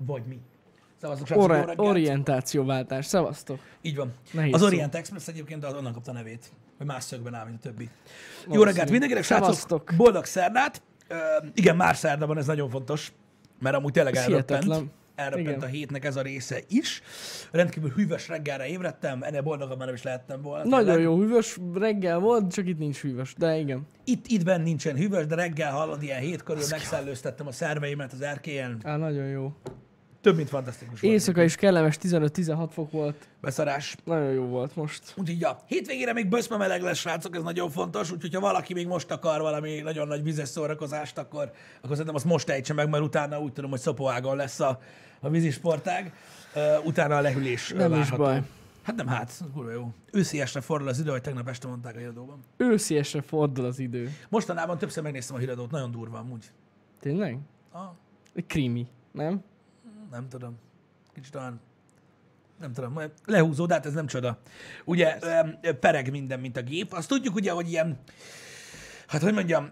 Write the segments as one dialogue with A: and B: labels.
A: vagy mi. Szevasztok, srácok, jó reggelt.
B: Orientációváltás. Szevasztok.
A: Így van.
B: Nehéz
A: Az
B: szó.
A: Orient Express egyébként onnan kapta a nevét, hogy más szögben áll, mint a többi. Jó reggelt mindenkinek, srácok.
B: Szevasztok.
A: Boldog szerdát. Igen, már szerda van, ez nagyon fontos, mert amúgy tényleg elröppent a hétnek ez a része is. Rendkívül hűvös reggelre ébredtem, ennél boldogabban nem is lehettem volna.
B: Nagyon
A: tényleg.
B: jó hűvös reggel volt, csak itt nincs hűvös, de igen.
A: Itt benn nincsen hűvös, de reggel hallod, ilyen 7 körül megszellőztettem a szerveimet az erkélyen.
B: Nagyon jó.
A: Több, mint fantasztikus volt.
B: Éjszaka is kellemes 15-16 fok volt.
A: Beszarás.
B: Nagyon jó volt most.
A: Úgyhogy ja, hétvégére még böszme meleg lesz, srácok, ez nagyon fontos, úgyhogy ha valaki még most akar valami nagyon nagy vizes szórakozást, akkor szerintem azt most ejtse meg, mert utána úgy tudom, hogy Szopóágon lesz a vízisportág, utána a lehűlés
B: Nem
A: várható.
B: is baj.
A: Hát nem, kurva jó. Ősziesre fordul az idő, hogy tegnap este mondták a híradóban.
B: Ősziesre fordul az idő.
A: Mostanában többször megnéztem a híradót, nagyon durva amúgy.
B: Tényleg? Krimi, nem?
A: Nem tudom. Kicsit olyan... Nem tudom, majd lehúzó, de hát ez nem csoda. Ugye pereg minden, mint a gép. Azt tudjuk ugye, hogy ilyen... Hát hogy mondjam...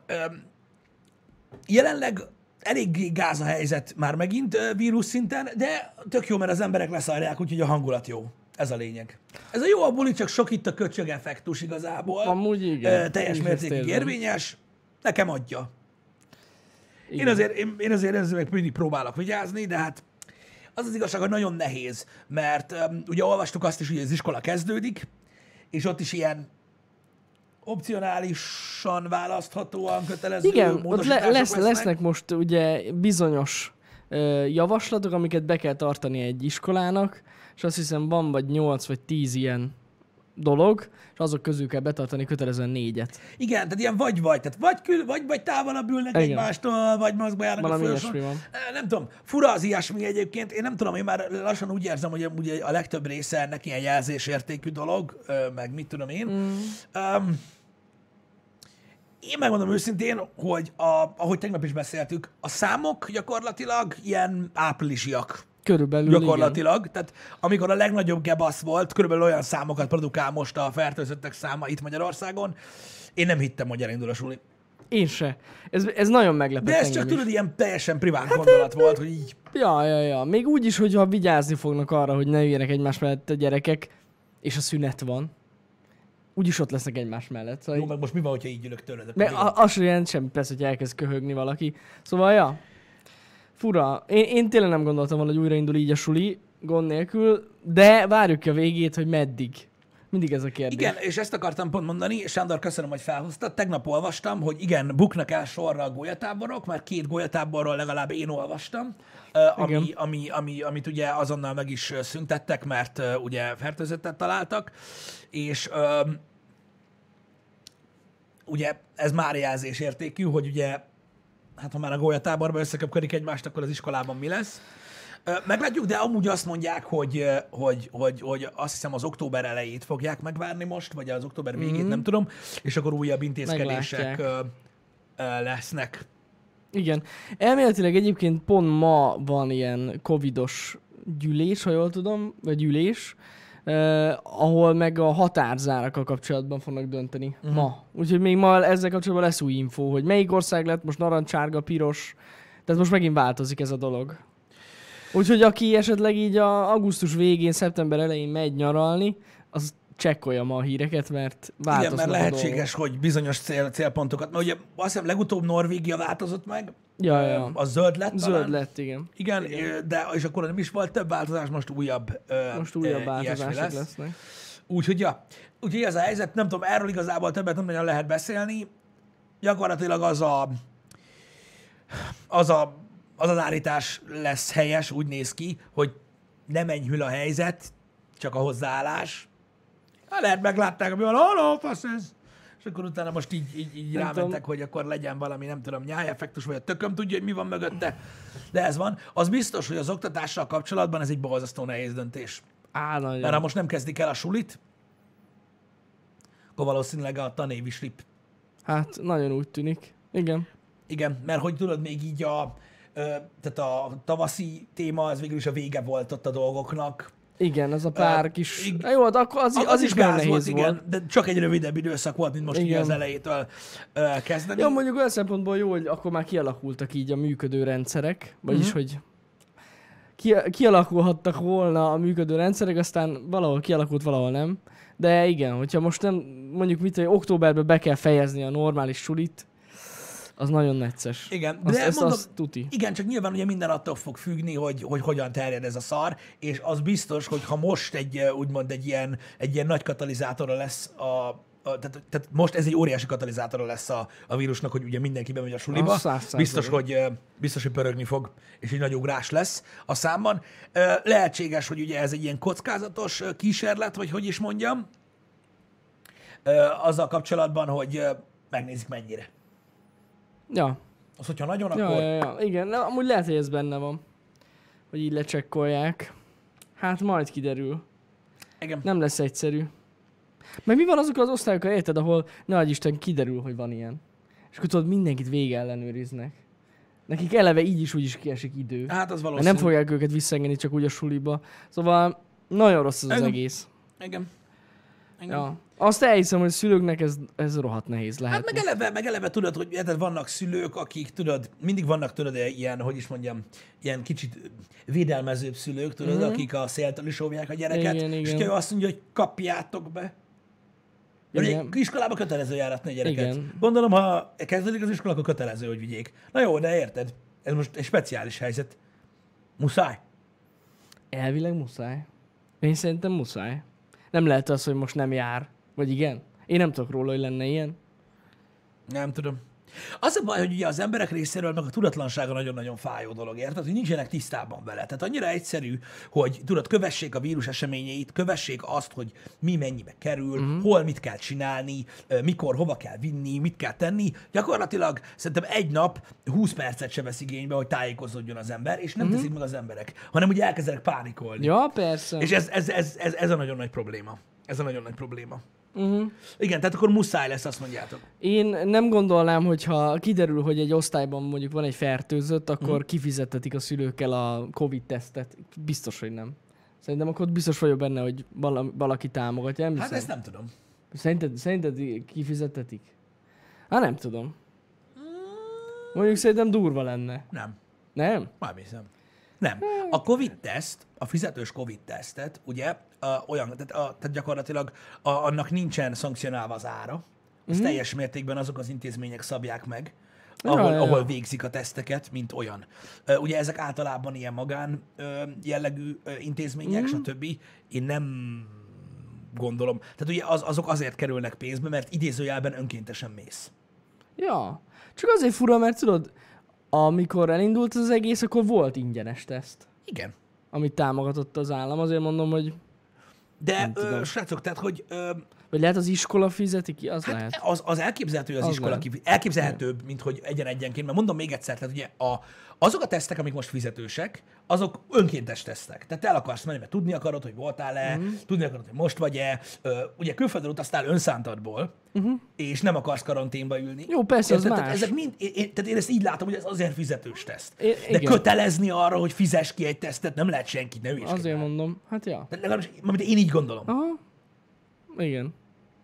A: Jelenleg elég gáz a helyzet már megint vírus szinten, de tök jó, mert az emberek leszarják, úgyhogy a hangulat jó. Ez a lényeg. Ez a jó a buli, csak sok itt a köcsög effektus igazából.
B: Amúgy igen.
A: Teljes mértékig érvényes. Nekem adja. Én azért meg mindig próbálok vigyázni, de hát az az igazság, hogy nagyon nehéz, mert ugye olvastuk azt is, hogy az iskola kezdődik, és ott is ilyen opcionálisan választhatóan kötelező módosítások
B: lesznek most ugye bizonyos javaslatok, amiket be kell tartani egy iskolának, és azt hiszem van vagy 8 vagy 10 ilyen dolog, és azok közül kell betartani kötelezően 4-et.
A: Igen, tehát ilyen vagy-vagy, tehát vagy távolabb ülnek egymástól, vagy maszkba járnak a fölson. Nem tudom, fura az ilyesmi egyébként, én nem tudom, én már lassan úgy érzem, hogy ugye a legtöbb része ennek ilyen jelzésértékű dolog, meg mit tudom én. Én megmondom őszintén, hogy ahogy tegnap is beszéltük, a számok gyakorlatilag ilyen áprilisiak.
B: Körülbelül
A: Gyakorlatilag.
B: Igen.
A: Tehát amikor a legnagyobb gebasz volt, körülbelül olyan számokat produkál most a fertőzöttek száma itt Magyarországon. Én nem hittem, hogy elindul a suli.
B: Én se. Ez nagyon meglepett.
A: De ez csak tudod, ilyen teljesen privát gondolat volt, hogy így.
B: Ja. Még úgy is, hogyha vigyázni fognak arra, hogy ne üljenek egymás mellett a gyerekek, és a szünet van. Úgyis ott lesznek egymás mellett. Szóval
A: jó, meg most mi van, hogyha így ülök tőled?
B: Mert az sem jelent semmi, persze, hogy elkezd köhögni valaki. Szóval, ja. Fura. Én tényleg nem gondoltam volna, hogy újraindul így a suli, gond nélkül, de várjuk ki a végét, hogy meddig. Mindig ez a kérdés.
A: Igen, és ezt akartam pont mondani, Sándor, köszönöm, hogy felhoztad. Tegnap olvastam, hogy igen, buknak el sorra a golyatáborok, már 2 golyatáborról legalább én olvastam, amit ugye azonnal meg is szüntettek, mert ugye fertőzöttet találtak, és ugye ez már jelzésértékű, hogy ugye hát ha már a golyatáborban összeköpködik egymást, akkor az iskolában mi lesz. Meglátjuk, de amúgy azt mondják, hogy azt hiszem az október elejét fogják megvárni most, vagy az október végét, nem tudom, és akkor újabb intézkedések lesznek.
B: Igen. Elméletileg egyébként pont ma van ilyen covidos gyűlés, ha jól tudom, vagy ülés, ahol meg a határzárakkal kapcsolatban fognak dönteni ma. Úgyhogy még ma ezzel kapcsolatban lesz új info, hogy melyik ország lett most narancsárga, piros, tehát most megint változik ez a dolog. Úgyhogy aki esetleg így augusztus végén, szeptember elején megy nyaralni, az csekkolja ma a híreket, mert változnak.
A: Igen, mert lehetséges, hogy bizonyos célpontokat, mert ugye azt hiszem legutóbb Norvégia változott meg, az zöld lett talán.
B: Zöld lett, igen.
A: Igen, de és akkor nem is volt több változás, most újabb
B: változások lesznek.
A: Úgyhogy ez a helyzet, nem tudom, erről igazából többet nem nagyon lehet beszélni. Gyakorlatilag az állítás lesz helyes, úgy néz ki, hogy nem enyhül a helyzet, csak a hozzáállás. Lehet meglátták, hogy van, fasz ez. És akkor utána most így rámentek, hogy akkor legyen valami, nem tudom, nyájeffektus, vagy a tököm tudja, hogy mi van mögötte. De ez van. Az biztos, hogy az oktatással kapcsolatban ez egy borzasztó nehéz döntés. Mert ha most nem kezdik el a sulit, akkor valószínűleg a tanév is rip.
B: Hát nagyon úgy tűnik. Igen.
A: Igen, mert hogy tudod, még így tehát a tavaszi téma, ez végül is a vége volt ott a dolgoknak.
B: Igen, az a pár kis... Jó, akkor az is nagyon nehéz volt.
A: Igen, de csak egy rövidebb időszak volt, mint most így az elejétől kezdeni.
B: Jó, mondjuk olyan szempontból jó, hogy akkor már kialakultak így a működő rendszerek, vagyis hogy kialakulhattak volna a működő rendszerek, aztán valahol kialakult, valahol nem. De igen, hogyha most nem, mondjuk mit, hogy októberben be kell fejezni a normális sulit, az nagyon necces.
A: Igen,
B: de
A: mondom,
B: azt tuti.
A: igen, csak nyilván ugye minden attól fog függni, hogy hogyan terjed ez a szar, és az biztos, hogy ha most úgymond egy ilyen nagy katalizátora lesz tehát most ez egy óriási katalizátora lesz a vírusnak, hogy ugye mindenki bemegy a suliba. Biztos, hogy pörögni fog, és egy nagy ugrás lesz a számban. Lehetséges, hogy ugye ez egy ilyen kockázatos kísérlet, vagy hogy is mondjam, azzal kapcsolatban, hogy megnézik mennyire.
B: Ja.
A: Az, hogyha nagyon, akkor...
B: Ja. Igen, amúgy lehet, hogy ez benne van. Hogy így lecsekkolják. Hát majd kiderül.
A: Igen.
B: Nem lesz egyszerű. Mert mi van azokkal az osztályokkal, érted, ahol ne adj Isten kiderül, hogy van ilyen. És akkor tudod, mindenkit végig ellenőriznek. Nekik eleve így is úgy is kiesik idő.
A: Hát az valószínű.
B: Mert nem fogják őket visszaengedni csak úgy a suliba. Szóval nagyon rossz az egész.
A: Igen.
B: Ja. Azt elhiszem, hogy szülőknek ez rohadt nehéz lehet.
A: Hát meg eleve tudod, hogy vannak szülők, akik tudod, mindig vannak tudod ilyen, hogy is mondjam, ilyen kicsit védelmezőbb szülők, tudod, akik a széltől is óvják a gyereket,
B: igen.
A: és ő azt mondja, hogy kapjátok be. Ugye iskolába kötelező járatni a gyereket. Igen. Gondolom, ha kezdődik az iskola, akkor kötelező, hogy vigyék. Na jó, de érted? Ez most egy speciális helyzet. Muszáj?
B: Elvileg muszáj. Én szerintem muszáj. Nem lehet az, hogy most nem jár. Vagy igen? Én nem tudok róla, hogy lenne ilyen.
A: Nem tudom. Az a baj, hogy ugye az emberek részéről meg a tudatlansága nagyon-nagyon fájó dolog, érted? Hogy nincsenek tisztában vele. Tehát annyira egyszerű, hogy tudod, kövessék a vírus eseményeit, kövessék azt, hogy mi mennyibe kerül, hol mit kell csinálni, mikor, hova kell vinni, mit kell tenni. Gyakorlatilag szerintem egy nap 20 percet se vesz igénybe, hogy tájékozódjon az ember, és nem teszik meg az emberek, hanem ugye elkezdenek pánikolni.
B: Ja, persze.
A: És ez a nagyon nagy probléma. Ez a nagyon nagy probléma. Igen, tehát akkor muszáj lesz, azt mondjátok.
B: Én nem gondolnám, hogyha kiderül, hogy egy osztályban mondjuk van egy fertőzött, akkor kifizettetik a szülőkkel a Covid-tesztet. Biztos, hogy nem. Szerintem akkor biztos vagyok benne, hogy valaki támogatja. Nem
A: hát
B: hiszem.
A: ezt nem tudom.
B: Szerinted kifizettetik? Hát nem tudom. Mondjuk szerintem durva lenne.
A: Nem.
B: Nem?
A: Már hiszem. Nem. A Covid-teszt, a fizetős Covid-tesztet, ugye, tehát gyakorlatilag annak nincsen szankcionálva az ára. Ez teljes mértékben azok az intézmények szabják meg, ahol végzik a teszteket, mint olyan. Ugye ezek általában ilyen magán jellegű intézmények, stb. Én nem gondolom. Tehát ugye azok azért kerülnek pénzbe, mert idézőjelben önkéntesen mész.
B: Ja. Csak azért fura, mert tudod, amikor elindult az egész, akkor volt ingyenes teszt.
A: Igen.
B: Amit támogatott az állam. Azért mondom, hogy...
A: De srácok, tehát, hogy...
B: Vagy lehet az iskola fizeti ki? Az lehet.
A: Az elképzelhető, hogy az iskola elképzelhetőbb, mint hogy egyenként. Mert mondom még egyszer, tehát ugye azok a tesztek, amik most fizetősek, azok önkéntes tesztek. Tehát te el akarsz menni, mert tudni akarod, hogy voltál-e, tudni akarod, hogy most vagy-e. Ugye külföldön utaztál önszántadból, és nem akarsz karanténba ülni.
B: Jó, persze, az más.
A: Tehát ezek mind, tehát én ezt így látom, hogy ez azért fizetős teszt. De kötelezni arra, hogy fizess ki egy tesztet, nem lehet senkit, ne ügyeskedj.
B: Azért mondom, hát ja.
A: Tehát legalábbis, én így gondolom.
B: Aha. Igen.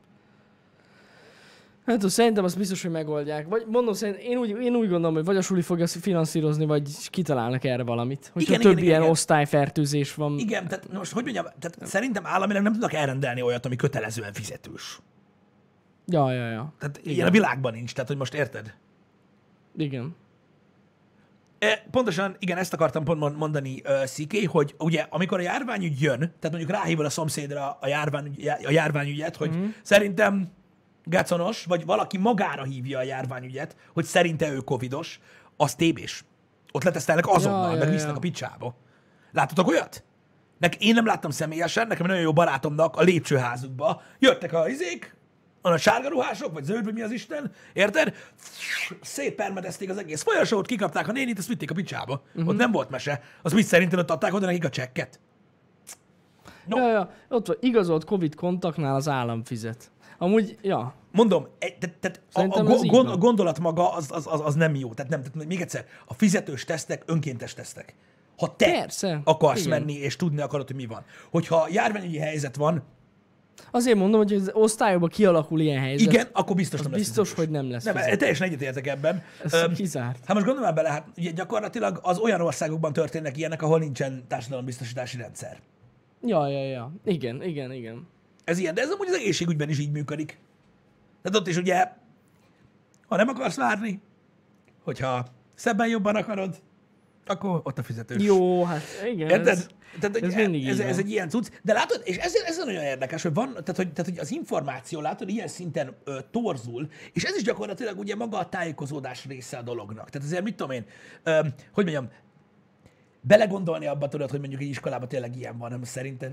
B: Hát szerintem azt biztos, hogy megoldják. Vagy mondom, én úgy gondolom, hogy vagy a suli fogja finanszírozni, vagy kitalálnak erre valamit. Hogyha több ilyen osztályfertőzés van.
A: Igen, tehát most hogy mondjam, tehát szerintem államilag nem tudnak elrendelni olyat, ami kötelezően fizetős.
B: Ja.
A: Tehát ilyen a világban nincs, tehát hogy most érted?
B: Igen.
A: Pontosan, igen, ezt akartam pont mondani, Sziké, hogy ugye amikor a járványügy jön, tehát mondjuk ráhívod a szomszédra a járványügyet, hogy szerintem gaconos, vagy valaki magára hívja a járványügyet, hogy szerinte ő covidos, az TB-s. Ott letesztelnek azonnal, meg visznek a picsába. Láttatok olyat? Én nem láttam személyesen, nekem nagyon jó barátomnak a lépcsőházukba jöttek a izék, a sárga ruhások, vagy zöld, vagy mi az Isten, érted? Szétpermedezték az egész folyosót, kikapták a nénit, azt vitték a picsába. Ott nem volt mese. Az mit szerinted ott adták oda nekik a csekket?
B: No. Ja, ott van, igazolt Covid kontaktnál az állam fizet. Amúgy, ja.
A: Mondom, tehát a gondolat maga az nem jó. Tehát még egyszer, a fizetős tesztek önkéntes tesztek. Ha te akarsz menni, és tudni akarod, hogy mi van. Hogyha járványügyi helyzet van,
B: Azért mondom, hogy az osztályokban kialakul ilyen helyzet.
A: Igen, akkor biztos nem lesz
B: Biztos,
A: fizetős.
B: hogy nem lesz
A: Nem,
B: fizetős.
A: teljesen egyetértek ebben.
B: Ez kizárt.
A: Hát most gondolj már bele, hát ugye gyakorlatilag az olyan országokban történnek ilyenek, ahol nincsen társadalombiztosítási rendszer.
B: Ja. Igen.
A: Ez ilyen, de ez amúgy az egészségügyben is így működik. Tehát ott is ugye, ha nem akarsz várni, hogyha szebben jobban akarod, akkor ott a fizetős.
B: Jó, hát igen.
A: Érted? Tehát,
B: ez mindig így
A: ez
B: van.
A: egy ilyen cucc. De látod, és ez nagyon érdekes, hogy van, tehát, hogy az információ, látod, ilyen szinten torzul, és ez is gyakorlatilag ugye maga a tájékozódás része a dolognak. Tehát azért mit tudom én, hogy mondjam, belegondolni abba tudod, hogy mondjuk egy iskolában tényleg ilyen van, nem szerinted?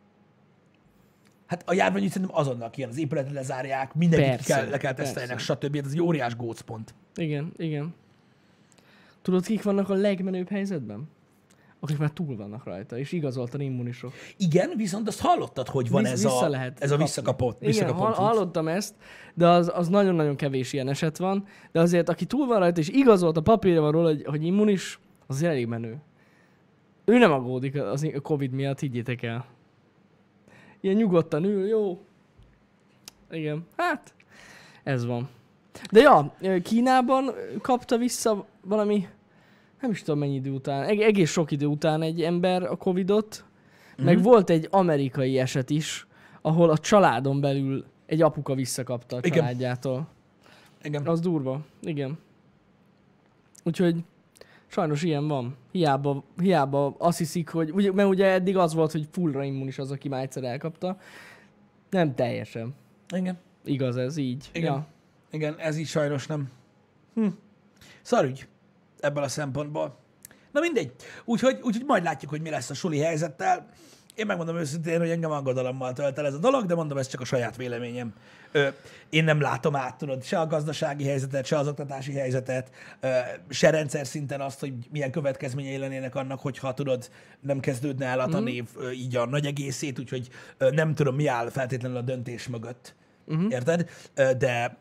A: Hát a járvány szerintem azonnal kijön, az épületet lezárják, mindenkit le kell teszteljenek, stb. Ez egy óriás gócpont.
B: Igen. Tudod, kik vannak a legmenőbb helyzetben? Akik már túl vannak rajta, és igazoltan immunisok.
A: Igen, viszont azt hallottad, hogy van ez a visszakapott.
B: Igen, hallottam ezt, de az nagyon-nagyon kevés ilyen eset van, de azért, aki túl van rajta, és igazolt a papírja van róla, hogy immunis, az elég menő. Ő nem aggódik a Covid miatt, higgyétek el. Ilyen nyugodtan ül, jó. Igen, hát ez van. De ja, Kínában kapta vissza valami, nem is tudom mennyi idő után, egész sok idő után egy ember a Covidot, meg volt egy amerikai eset is, ahol a családon belül egy apuka visszakapta a családjától.
A: Igen.
B: Az durva, igen. Úgyhogy sajnos ilyen van. Hiába azt hiszik, hogy, mert ugye eddig az volt, hogy fullra immunis az, aki már egyszer elkapta. Nem teljesen.
A: Igen.
B: Igaz ez így.
A: Igen.
B: Ja.
A: Igen, ez így sajnos nem. Szarügy ebből a szempontból. Na mindegy. Úgyhogy majd látjuk, hogy mi lesz a suli helyzettel. Én megmondom őszintén, hogy engem aggodalommal tölt el ez a dolog, de mondom, ez csak a saját véleményem. Én nem látom át, tudod, se a gazdasági helyzetet, se az oktatási helyzetet, se rendszer szinten azt, hogy milyen következményei lennének annak, hogyha tudod, nem kezdődne el a tanév így a nagy egészét, úgyhogy nem tudom, mi áll feltétlenül a döntés mögött. Érted? De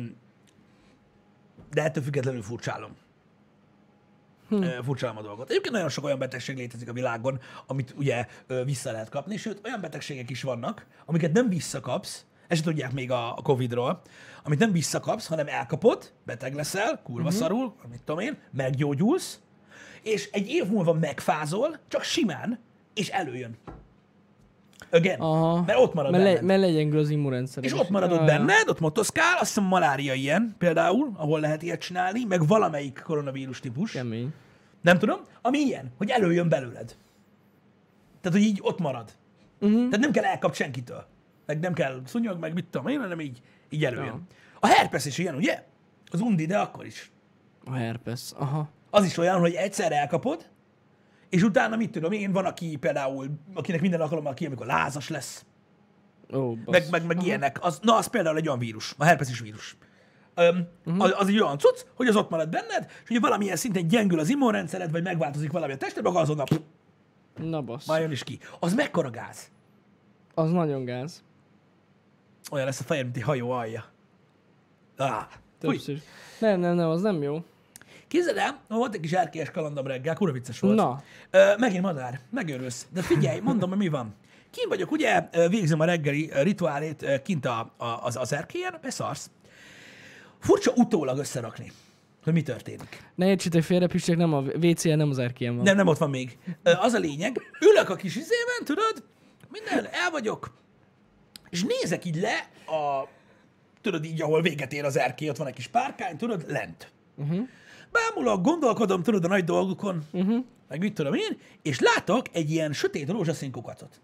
A: ettől függetlenül furcsálom. Furcsálom a dolgot. Egyébként nagyon sok olyan betegség létezik a világon, amit ugye vissza lehet kapni, sőt, olyan betegségek is vannak, amiket nem visszakapsz, ezt sem tudják még a Covid-ról, amit nem visszakapsz, hanem elkapod, beteg leszel, kurva szarul, amit tudom én, meggyógyulsz, és egy év múlva megfázol, csak simán, és előjön. Again.
B: Aha.
A: Mert ott marad benned.
B: Mert legyen az immunrendszer.
A: És ott maradott benned, ott motoszkál, azt hiszem malária ilyen például, ahol lehet ilyet csinálni, meg valamelyik koronavírus típus.
B: Kemény.
A: Nem tudom, ami ilyen, hogy előjön belőled. Tehát, hogy így ott marad. Tehát nem kell elkapni senkitől. Meg nem kell szúnyog, meg mit tudom én, hanem így előjön.
B: Ja.
A: A herpes is ilyen, ugye? Az undi, de akkor is.
B: A herpes, aha.
A: Az is olyan, hogy egyszer elkapod, és utána mit tudom én, van, aki például, akinek minden alkalommal kijön, amikor lázas lesz.
B: Ó,
A: Meg ilyenek. Az például egy olyan vírus, a herpes is vírus. Az egy olyan cucc, hogy az ott marad benned, és hogy valamilyen szinten gyengül az immunrendszered, vagy megváltozik valami a testedben, akkor azonnal
B: Na bassz.
A: már jön is ki. Az mekkora gáz?
B: Az nagyon gáz.
A: Olyan lesz a fejem, mint egy hajó alja. Fúj.
B: Többször. Nem, az nem jó.
A: Képzeld el, volt egy kis erkélyes kalandom reggel, kurva vicces volt.
B: Na.
A: Megint madár, megőrülsz. De figyelj, mondom, hogy mi van. Kint vagyok, ugye, végzem a reggeli rituálét kint az erkélyen, beszarsz. Furcsa utólag összerakni, hogy mi történik.
B: Ne értsétek félre, Pistek, nem a WC-en, nem az erkélyen van.
A: Nem ott van még. Az a lényeg, ülök a kis izében, tudod, minden, el vagyok, és nézek így le tudod így, ahol véget ér az erkély, ott van egy kis párkány, tudod, lent. Bámulok, gondolkodom, tudod, a nagy dolgokon, meg mit tudom én, és látok egy ilyen sötét rózsaszín kukacot.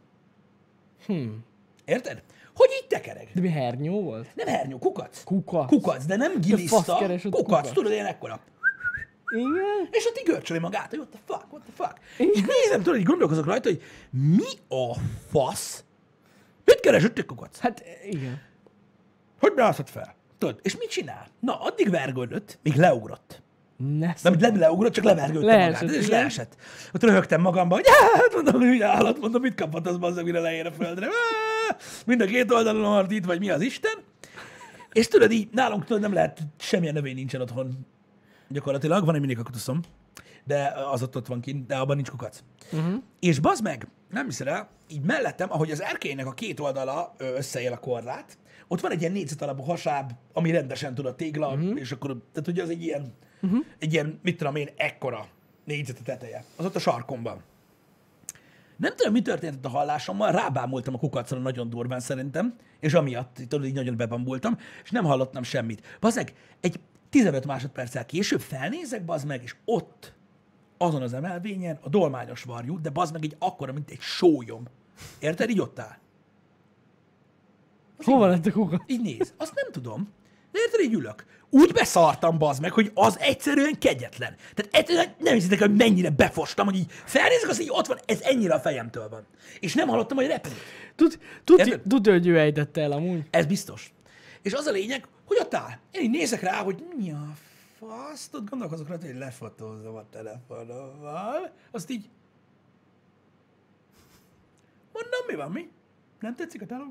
A: Érted? Hogy így tekereg.
B: De mi hernyó volt?
A: Nem hernyó, kukac.
B: Kukac.
A: Kukac, de nem
B: fasz
A: giliszta,
B: keresett
A: kukac,
B: kukac?
A: tudod, ilyen ekkora.
B: Igen?
A: És ott így görcsöli magát, hogy what the fuck. És nézem, tudod, így gondolkozok rajta, hogy mi a fasz? Mit keresett egy kukac?
B: Hát igen.
A: Hogy beállhat fel? Tudod, és mit csinál? Na, addig vergődött, míg leugrott.
B: Ne
A: Nem leugrott, csak levergődte
B: Leesett,
A: magát. És
B: igen.
A: leesett. Ott röhögtem magamban, hogy hát mondom, hogy hülye állat, mondom, mit kapott az bazzag, mire leér a földre. Mind a két oldalon hardít, vagy mi az Isten. És tudod így, nálunk tudod, nem lehet, semmilyen növény nincsen otthon. Gyakorlatilag, van egy mini kaktuszom. de az ott van kint, de abban nincs kukac. És bazd meg, nem hiszed el, így mellettem, ahogy az erkélynek a két oldala összeél a korlát, ott van egy ilyen négyzet alapú hasáb, ami rendesen tud a tégla, és akkor, tehát ugye az egy ilyen, mit tudom én, ekkora négyzet a teteje. Az ott a sarkomban. Nem tudom, mi történt ott a hallásommal, rábámultam a kukacra nagyon durván szerintem, és amiatt, tudod, így nagyon bebambultam, és nem hallottam semmit. Bazzeg, egy 15 másodperccel később felnézek, bazd meg, és ott, azon az emelvényen a dolmányos varjú, de bazd meg így akkora, mint egy sólyom. Érted? Így ott áll.
B: Hova lett a kukac?
A: Így néz. Azt nem tudom. De érted, így ülök. Úgy beszartam, bazd meg, hogy az egyszerűen kegyetlen. Tehát egyszerűen nem hiszitek, hogy mennyire befostam, hogy így felnézek, az így ott van, ez ennyire a fejemtől van. És nem hallottam, hogy repül.
B: Tudja, hogy ő ejtette el amúgy.
A: Ez biztos. És az a lényeg, hogy ott áll. Én így nézek rá, hogy mi a fasz, ott gondolkozok rá, hogy lefotózom a telefonommal. Azt így... Mondom, mi van, mi? Nem tetszik a teló?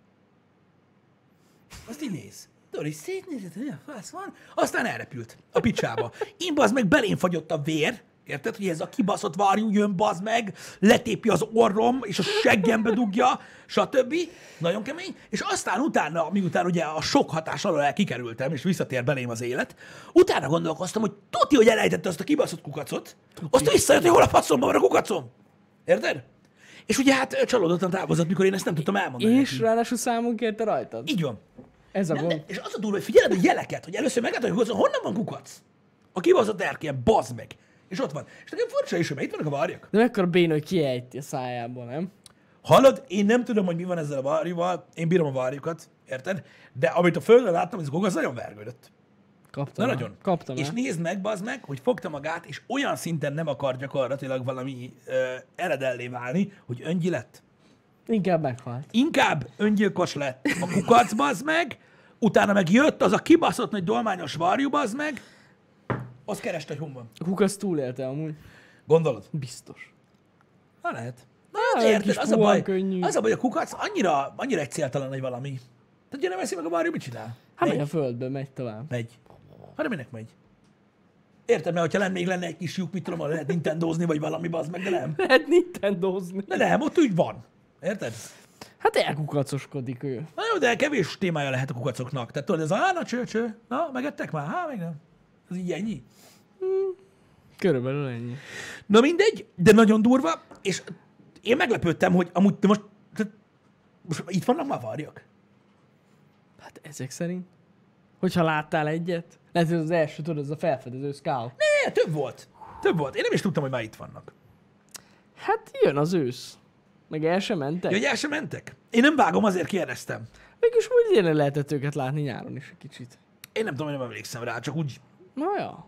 A: Azt így néz. Tudod, így szétnézett, hogy a fasz van, aztán elrepült a picsába. Én bazd meg, belém fagyott a vér, érted, hogy ez a kibaszott varjú jön, bazd meg, letépi az orrom, és a seggembe dugja, stb. Nagyon kemény. És aztán utána, miután ugye a sok hatás alól kikerültem, és visszatér belém az élet, utána gondolkoztam, hogy tuti, hogy elejtette azt a kibaszott kukacot, azt visszajött, hogy hol a faszomban van a kukacom. Érted? És ugye hát csalódottan távozott, mikor én ezt nem tudtam elmondani.
B: És
A: neki.
B: ráadásul számon kérte rajtad.
A: Így van.
B: Ez a
A: Nem,
B: gond.
A: és az a durva, hogy figyeled a jeleket, hogy először meglátod, hogy kukacon, honnan van kukac? A kibaszott erkélyen, bazd meg. És ott van. És nekem furcsa is, hogy itt vannak a varjak.
B: De mekkora béna, hogy kiejti a szájából, nem?
A: Hallod, én nem tudom, hogy mi van ezzel a varjúval, én bírom a varjukat, érted? De amit a földön láttam, ez a kukac nagyon vergődött.
B: Kaptam.
A: Na nagyon.
B: Kaptam.
A: És nézd meg, bazd meg, hogy fogta magát, és olyan szinten nem akar gyakorlatilag valami eredellé válni, hogy öngyi lett.
B: Inkább meghalt.
A: Inkább öngyilkos lett a kukac, bazd meg, utána meg jött az a kibaszott nagy dolmányos varjú, bazd meg, azt kereste, hogy hon van.
B: A kukac túlélte amúgy.
A: Gondolod?
B: Biztos.
A: Na lehet. Na,
B: egy
A: érted,
B: kis
A: az a baj,
B: könnyű.
A: az a baj, a kukac annyira egy céltalan, hogy valami. Tehát ugye nem eszi meg a varjú, mit csinál?
B: Hát
A: Megy.
B: megy a földbe, megy tovább.
A: Megy. Hát minek megy? Érted, mert hogyha még lenne egy kis lyuk, mit tudom, lehet Nintendozni, vagy valami, bazd meg, de nem.
B: Lehet Nintendozni.
A: De nem, ott úgy van. Érted?
B: Hát elkukacoskodik ő.
A: Na jó, de kevés témája lehet a kukacoknak. Tehát tudod, ez a na cső, na, megettek már? Még nem. Ez így ennyi.
B: Körülbelül ennyi.
A: Na mindegy, de nagyon durva, és én meglepődtem, hogy amúgy de most itt vannak már varjak.
B: Hát ezek szerint. Hogyha láttál egyet, lehet, hogy az első, tudod, ez a felfedező scout.
A: Ne, több volt. Több volt. Én nem is tudtam, hogy már itt vannak.
B: Hát jön az ősz. Meg el sem mentek.
A: Ja, hogy el sem mentek? Én nem vágom, azért kérdeztem.
B: Mégis úgy ilyen lehetett őket látni nyáron is egy kicsit.
A: Én nem tudom, hogy nem emlékszem rá, csak úgy,
B: Na ja.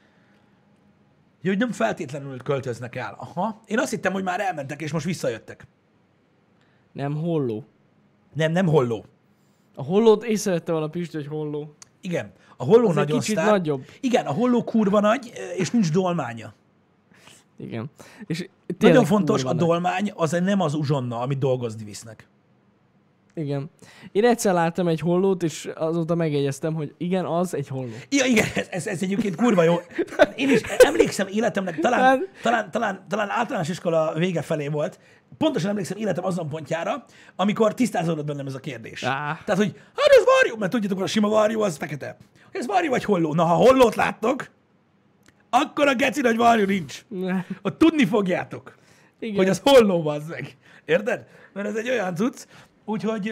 A: hogy nem feltétlenül költöznek el. Aha. Én azt hittem, hogy már elmentek, és most visszajöttek.
B: Nem holló.
A: Nem holló.
B: A hollót észrevette volna Pisti, hogy holló.
A: Igen, a holló
B: Az egy
A: nagyon
B: kicsit
A: sztár.
B: nagyobb.
A: Igen, a holló kurva nagy, és nincs dolmánya.
B: Igen. És
A: Nagyon fontos,
B: kurva
A: a
B: nagy.
A: dolmány az nem az uzsonna, amit dolgozni visznek.
B: Igen. Én egyszer láttam egy hollót, és azóta megjegyeztem, hogy igen, az egy holló.
A: Ja, igen, ez egyébként kurva jó. Én is emlékszem életemnek, talán általános iskola vége felé volt, pontosan emlékszem életem azon pontjára, amikor tisztázódott bennem ez a kérdés.
B: Á.
A: Tehát, hogy hát ez varjú, mert tudjátok, a sima varjú az fekete. Ez varjú vagy holló? Na, ha hollót láttok, akkor a geci nagy varjú nincs. Ott tudni fogjátok,
B: Igen.
A: hogy az holló bazd meg. Érted? Mert ez egy olyan cucc, úgyhogy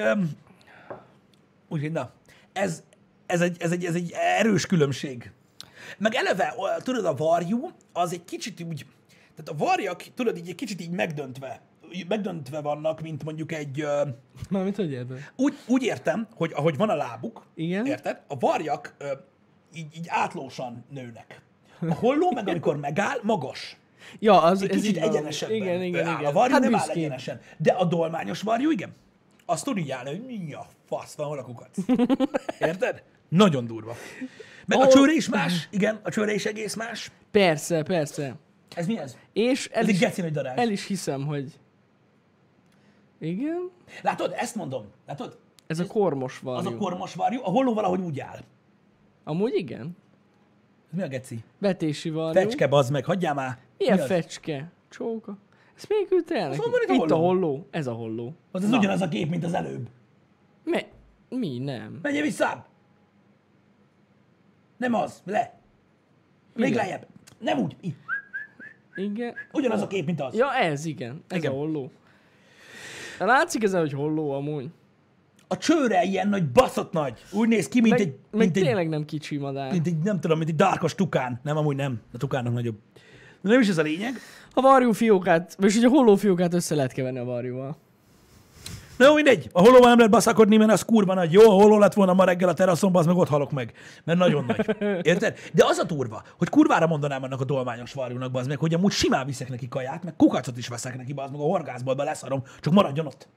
A: na, ez egy erős különbség. Meg eleve, tudod, a varjú, az egy kicsit úgy, tehát a varjak, tudod, így egy kicsit így megdöntve vannak, mint mondjuk egy,
B: Mármint hogy érted?
A: úgy értem, hogy ahogy van a lábuk,
B: Igen.
A: érted? A varjak így átlósan nőnek. A holló meg, amikor megáll, magas.
B: Ja, az
A: Egy
B: ez
A: kicsit
B: így van.
A: egyenesebben
B: Igen, igen,
A: áll.
B: igen.
A: A varjú
B: Hát
A: nem áll
B: büszkén.
A: egyenesen. De a dolmányos varjú, igen. Azt tud így állni, hogy mi a fasz van, hol a kukac. Érted? Nagyon durva. Meg a csőre is más. Igen, a csőre is egész más.
B: Persze, persze.
A: Ez mi ez?
B: És
A: Ez egy geci nagy darázs.
B: el is hiszem, hogy... Igen?
A: Látod? Ezt mondom. Látod?
B: Ez a kormos
A: Az
B: varjú.
A: a kormos varjú, a holló valahogy úgy áll.
B: Amúgy igen.
A: Mi a geci?
B: Vetési varjú.
A: Fecske, bazd meg, hagyjál már.
B: Milyen
A: Mi az?
B: fecske? Csóka. Ezt még küldte el neki?
A: van itt a
B: Itt a
A: holló.
B: holló. Ez a holló.
A: Az ugyanaz a kép, mint az előbb.
B: Mi? Nem.
A: Menjél vissza! Nem az, le. Még
B: Igen.
A: lejjebb. Nem úgy.
B: Igen.
A: Ugyanaz a kép, mint az.
B: Ja, ez igen. Ez
A: Igen.
B: a holló. De látszik ezen, hogy holló amúgy.
A: A csőre ilyen nagy, baszott nagy. Úgy néz ki, mint egy...
B: Meg tényleg nem kicsi madár.
A: Mint egy, nem tudom, mint egy dárkos tukán. Nem, amúgy nem. A tukánnak nagyobb. De nem is ez a lényeg.
B: A varjú fiókát, vagy hogy a holló fiókát össze lehet keverni a varjúval.
A: Na jó, mindegy. A holóval nem lehet baszakodni, mert az kurva nagy. Jó, a holó lett volna ma reggel a teraszomban, az meg ott halok meg. Mert nagyon nagy. Érted? De az a durva, hogy kurvára mondanám annak a dolmányos varjúnak, bazd meg, hogy amúgy simán viszek neki kaját, meg kukacot is veszek neki, bazd meg, a horgászboltba leszarom, csak maradjon ott.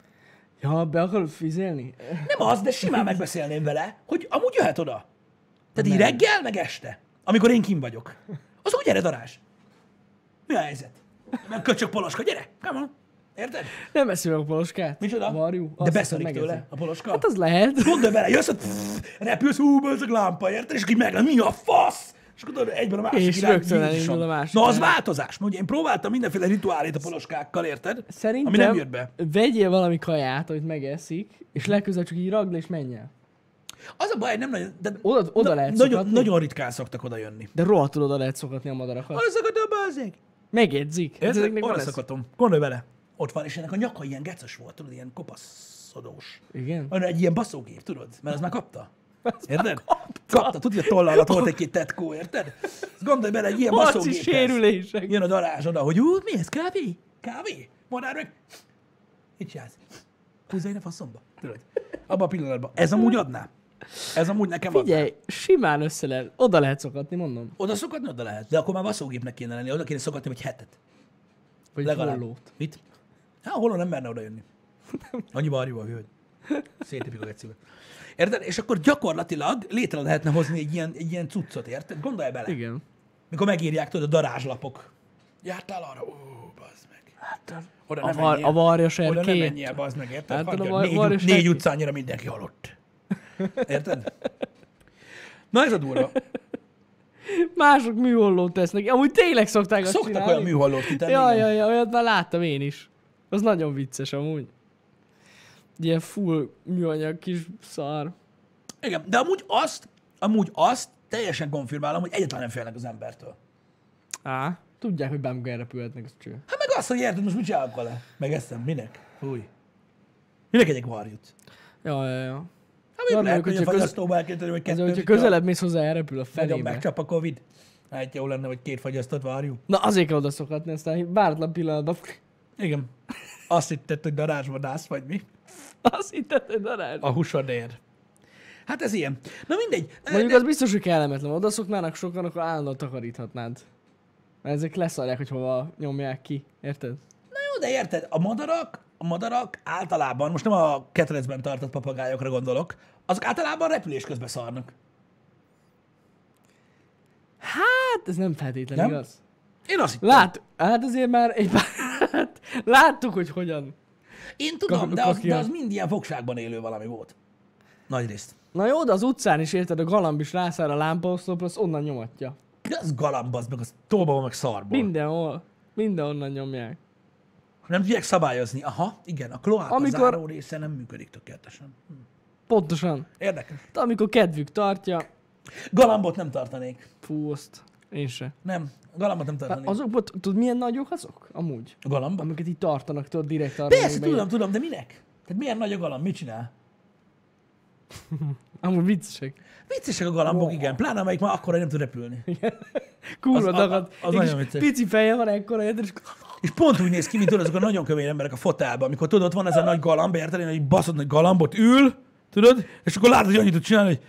B: Ja, be akarod fizelni?
A: Nem az, de simán megbeszélném vele, hogy amúgy jöhet oda. Tehát így reggel, meg este, amikor én kim vagyok. Az úgy gyere, darázs. Mi a helyzet? Meg köcsök poloska, gyere, come on. Érted?
B: Nem eszi meg a poloskát.
A: Micsoda?
B: A varjú.
A: De
B: Azt
A: beszarik
B: megezi.
A: tőle a poloska.
B: Hát az lehet.
A: Gondolj bele, jössz, repülsz, ezek lámpa, érted? És így meg, mi a fasz? És akkor tudod, egyben a másik
B: És
A: irány,
B: rögtön
A: Jézusom.
B: elindul a másik
A: Na, az
B: irány.
A: változás. Ugye én próbáltam mindenféle rituálét a poloskákkal, érted?
B: Szerintem
A: Ami nem jött be.
B: vegyél valami kaját, amit megeszik, és legközelebb csak így ragd és menj el.
A: Az a baj, nem nagyon... De
B: Oda lehet
A: nagyon,
B: szokatni.
A: nagyon ritkán szoktak oda jönni.
B: De rohadtul oda lehet szokatni a madarakat.
A: Arra szakadt a bázék.
B: Megjegyzik. Hát ezeknek
A: Érted?
B: van
A: Arra
B: ez.
A: szakadtam. Gondolj bele. Ott van, és ennek a nyaka ilyen gecös volt, tudod, ilyen kopaszodós.
B: Igen.
A: Van egy ilyen baszógép, tudod? Mert az már kapta. Érted? Kapta. Tudja, a tolla alatt volt egy-két tetkó, érted? Azt gondolj bele, egy ilyen
B: Harci
A: baszógéphez.
B: sérülések.
A: Jön a darázs oda, hogy mi ez, kávé? Kávé? Madár meg? Mit csinálsz? Húzzál a faszomba. Tudod? Abban a pillanatban. Ez amúgy adná. Ez amúgy nekem adná.
B: Figyelj, simán össze lehet. Oda lehet szokatni, mondom.
A: Oda szokatni, oda lehet. De akkor már baszógépnek kéne lenni. Oda kéne szokatni, hogy hetet.
B: Vagy
A: Legalább.
B: hollót.
A: Mit? Hát, holó nem merne oda jönni. Annyi varjúval, hogy szétépik a gecibe. Érted? És akkor gyakorlatilag létre lehetne hozni egy ilyen cuccot, érted? Gondolj bele.
B: Igen.
A: Mikor megírják, tudod, a darázslapok. Jártál arra? Bazd meg.
B: Hát
A: Oda
B: a,
A: nem menjél.
B: a varja
A: Oda nem
B: serkét.
A: menjél, bazd meg, érted?
B: Hát,
A: Hagyjad,
B: a varja
A: négy
B: serkét.
A: utcányira mindenki halott. Érted? Na ez a durva.
B: Mások műhollót tesznek. Amúgy tényleg szokták azt
A: Szoktak
B: csinálni.
A: olyan műhollót kitenni.
B: Ja,
A: igen.
B: olyat már láttam én is. Az nagyon vicces amúgy. Ilyen full műanyag kis szar.
A: Igen, de amúgy azt teljesen konfirmálom, hogy egyáltalán nem félnek az embertől.
B: Á, tudják, hogy bámuk elrepülhetnek, az cső.
A: Hát meg azt, hogy érted, most mit csinálok vele? Meg eszem, minek? Fúj. Minek egyek varjút?
B: Ja.
A: Hát még
B: Ja,
A: lehet,
B: mondjuk,
A: hogy a
B: hogyha
A: fagyasztóba elképzelni, hogy
B: Ez,
A: kettő,
B: hogyha közelebb mész hozzá, elrepül a
A: nagyon
B: felébe.
A: megcsap a Covid. Hát jó lenne, hogy 2 fagyasztott varjú.
B: Na azért kell oda szokatni, aztán váratlan pillanatban
A: Igen. Azt hitted, hogy darázsvadász vagy mi?
B: azt hitted, hogy darázs.
A: A húsodér. Hát ez ilyen. Na mindegy.
B: Mondjuk
A: De-
B: az biztos, hogy kellemetlen. Oda szoknának sokan, akkor állandóan takaríthatnád. Mert ezek leszarják, hogy hova nyomják ki. Érted?
A: Na jó, de érted, a madarak általában, most nem a ketrecben tartott papagájokra gondolok, azok általában repülés közben szarnak.
B: Hát, ez nem feltétlenül
A: Nem?
B: igaz.
A: Én azt hittem.
B: Hát azért már egy pár... Hát, láttuk, hogy hogyan.
A: Én tudom, de
B: Kakian.
A: az mind ilyen fogságban élő valami volt. Nagy részt.
B: Na jó, de az utcán is érted, a galamb is rászáll a lámpaoszlopra, azt onnan nyomatja.
A: De az galamb, az meg az tóba van, meg szarból.
B: Mindenhol. Mindenhonnan nyomják.
A: Nem tudják szabályozni. Aha, igen, a kloáka
B: Amikor-
A: záró része nem működik tökéletesen.
B: Pontosan.
A: Érdekes.
B: De amikor kedvük tartja,
A: Galambot nem tartanék.
B: fú, azt én se.
A: Nem, galambot nem tartanék.
B: Azok, tudod milyen nagyok azok? Amúgy.
A: A galamba?
B: Amiket így tartanak, tudod, direkt arra.
A: Persze,
B: amiben ilyen-
A: tudom, de minek? Tehát milyen nagy a galamb, mit csinál?
B: Amúgy viccesek.
A: Viccesek a galambok, igen. Pláne amelyik már akkora, hogy nem tud repülni.
B: Kurva
A: Az-
B: dagad.
A: az
B: Egy
A: nagyon
B: kis
A: vicces.
B: pici feje van ekkora, érted? És
A: És pont úgy néz ki, mint tudod, azok a nagyon kövér emberek a fotelben, amikor tudod, ott van ez a nagy galamb, érted, egy baszott nagy galambot ül, tudod, és akkor látod, hogy annyit tud csinálni, hogy...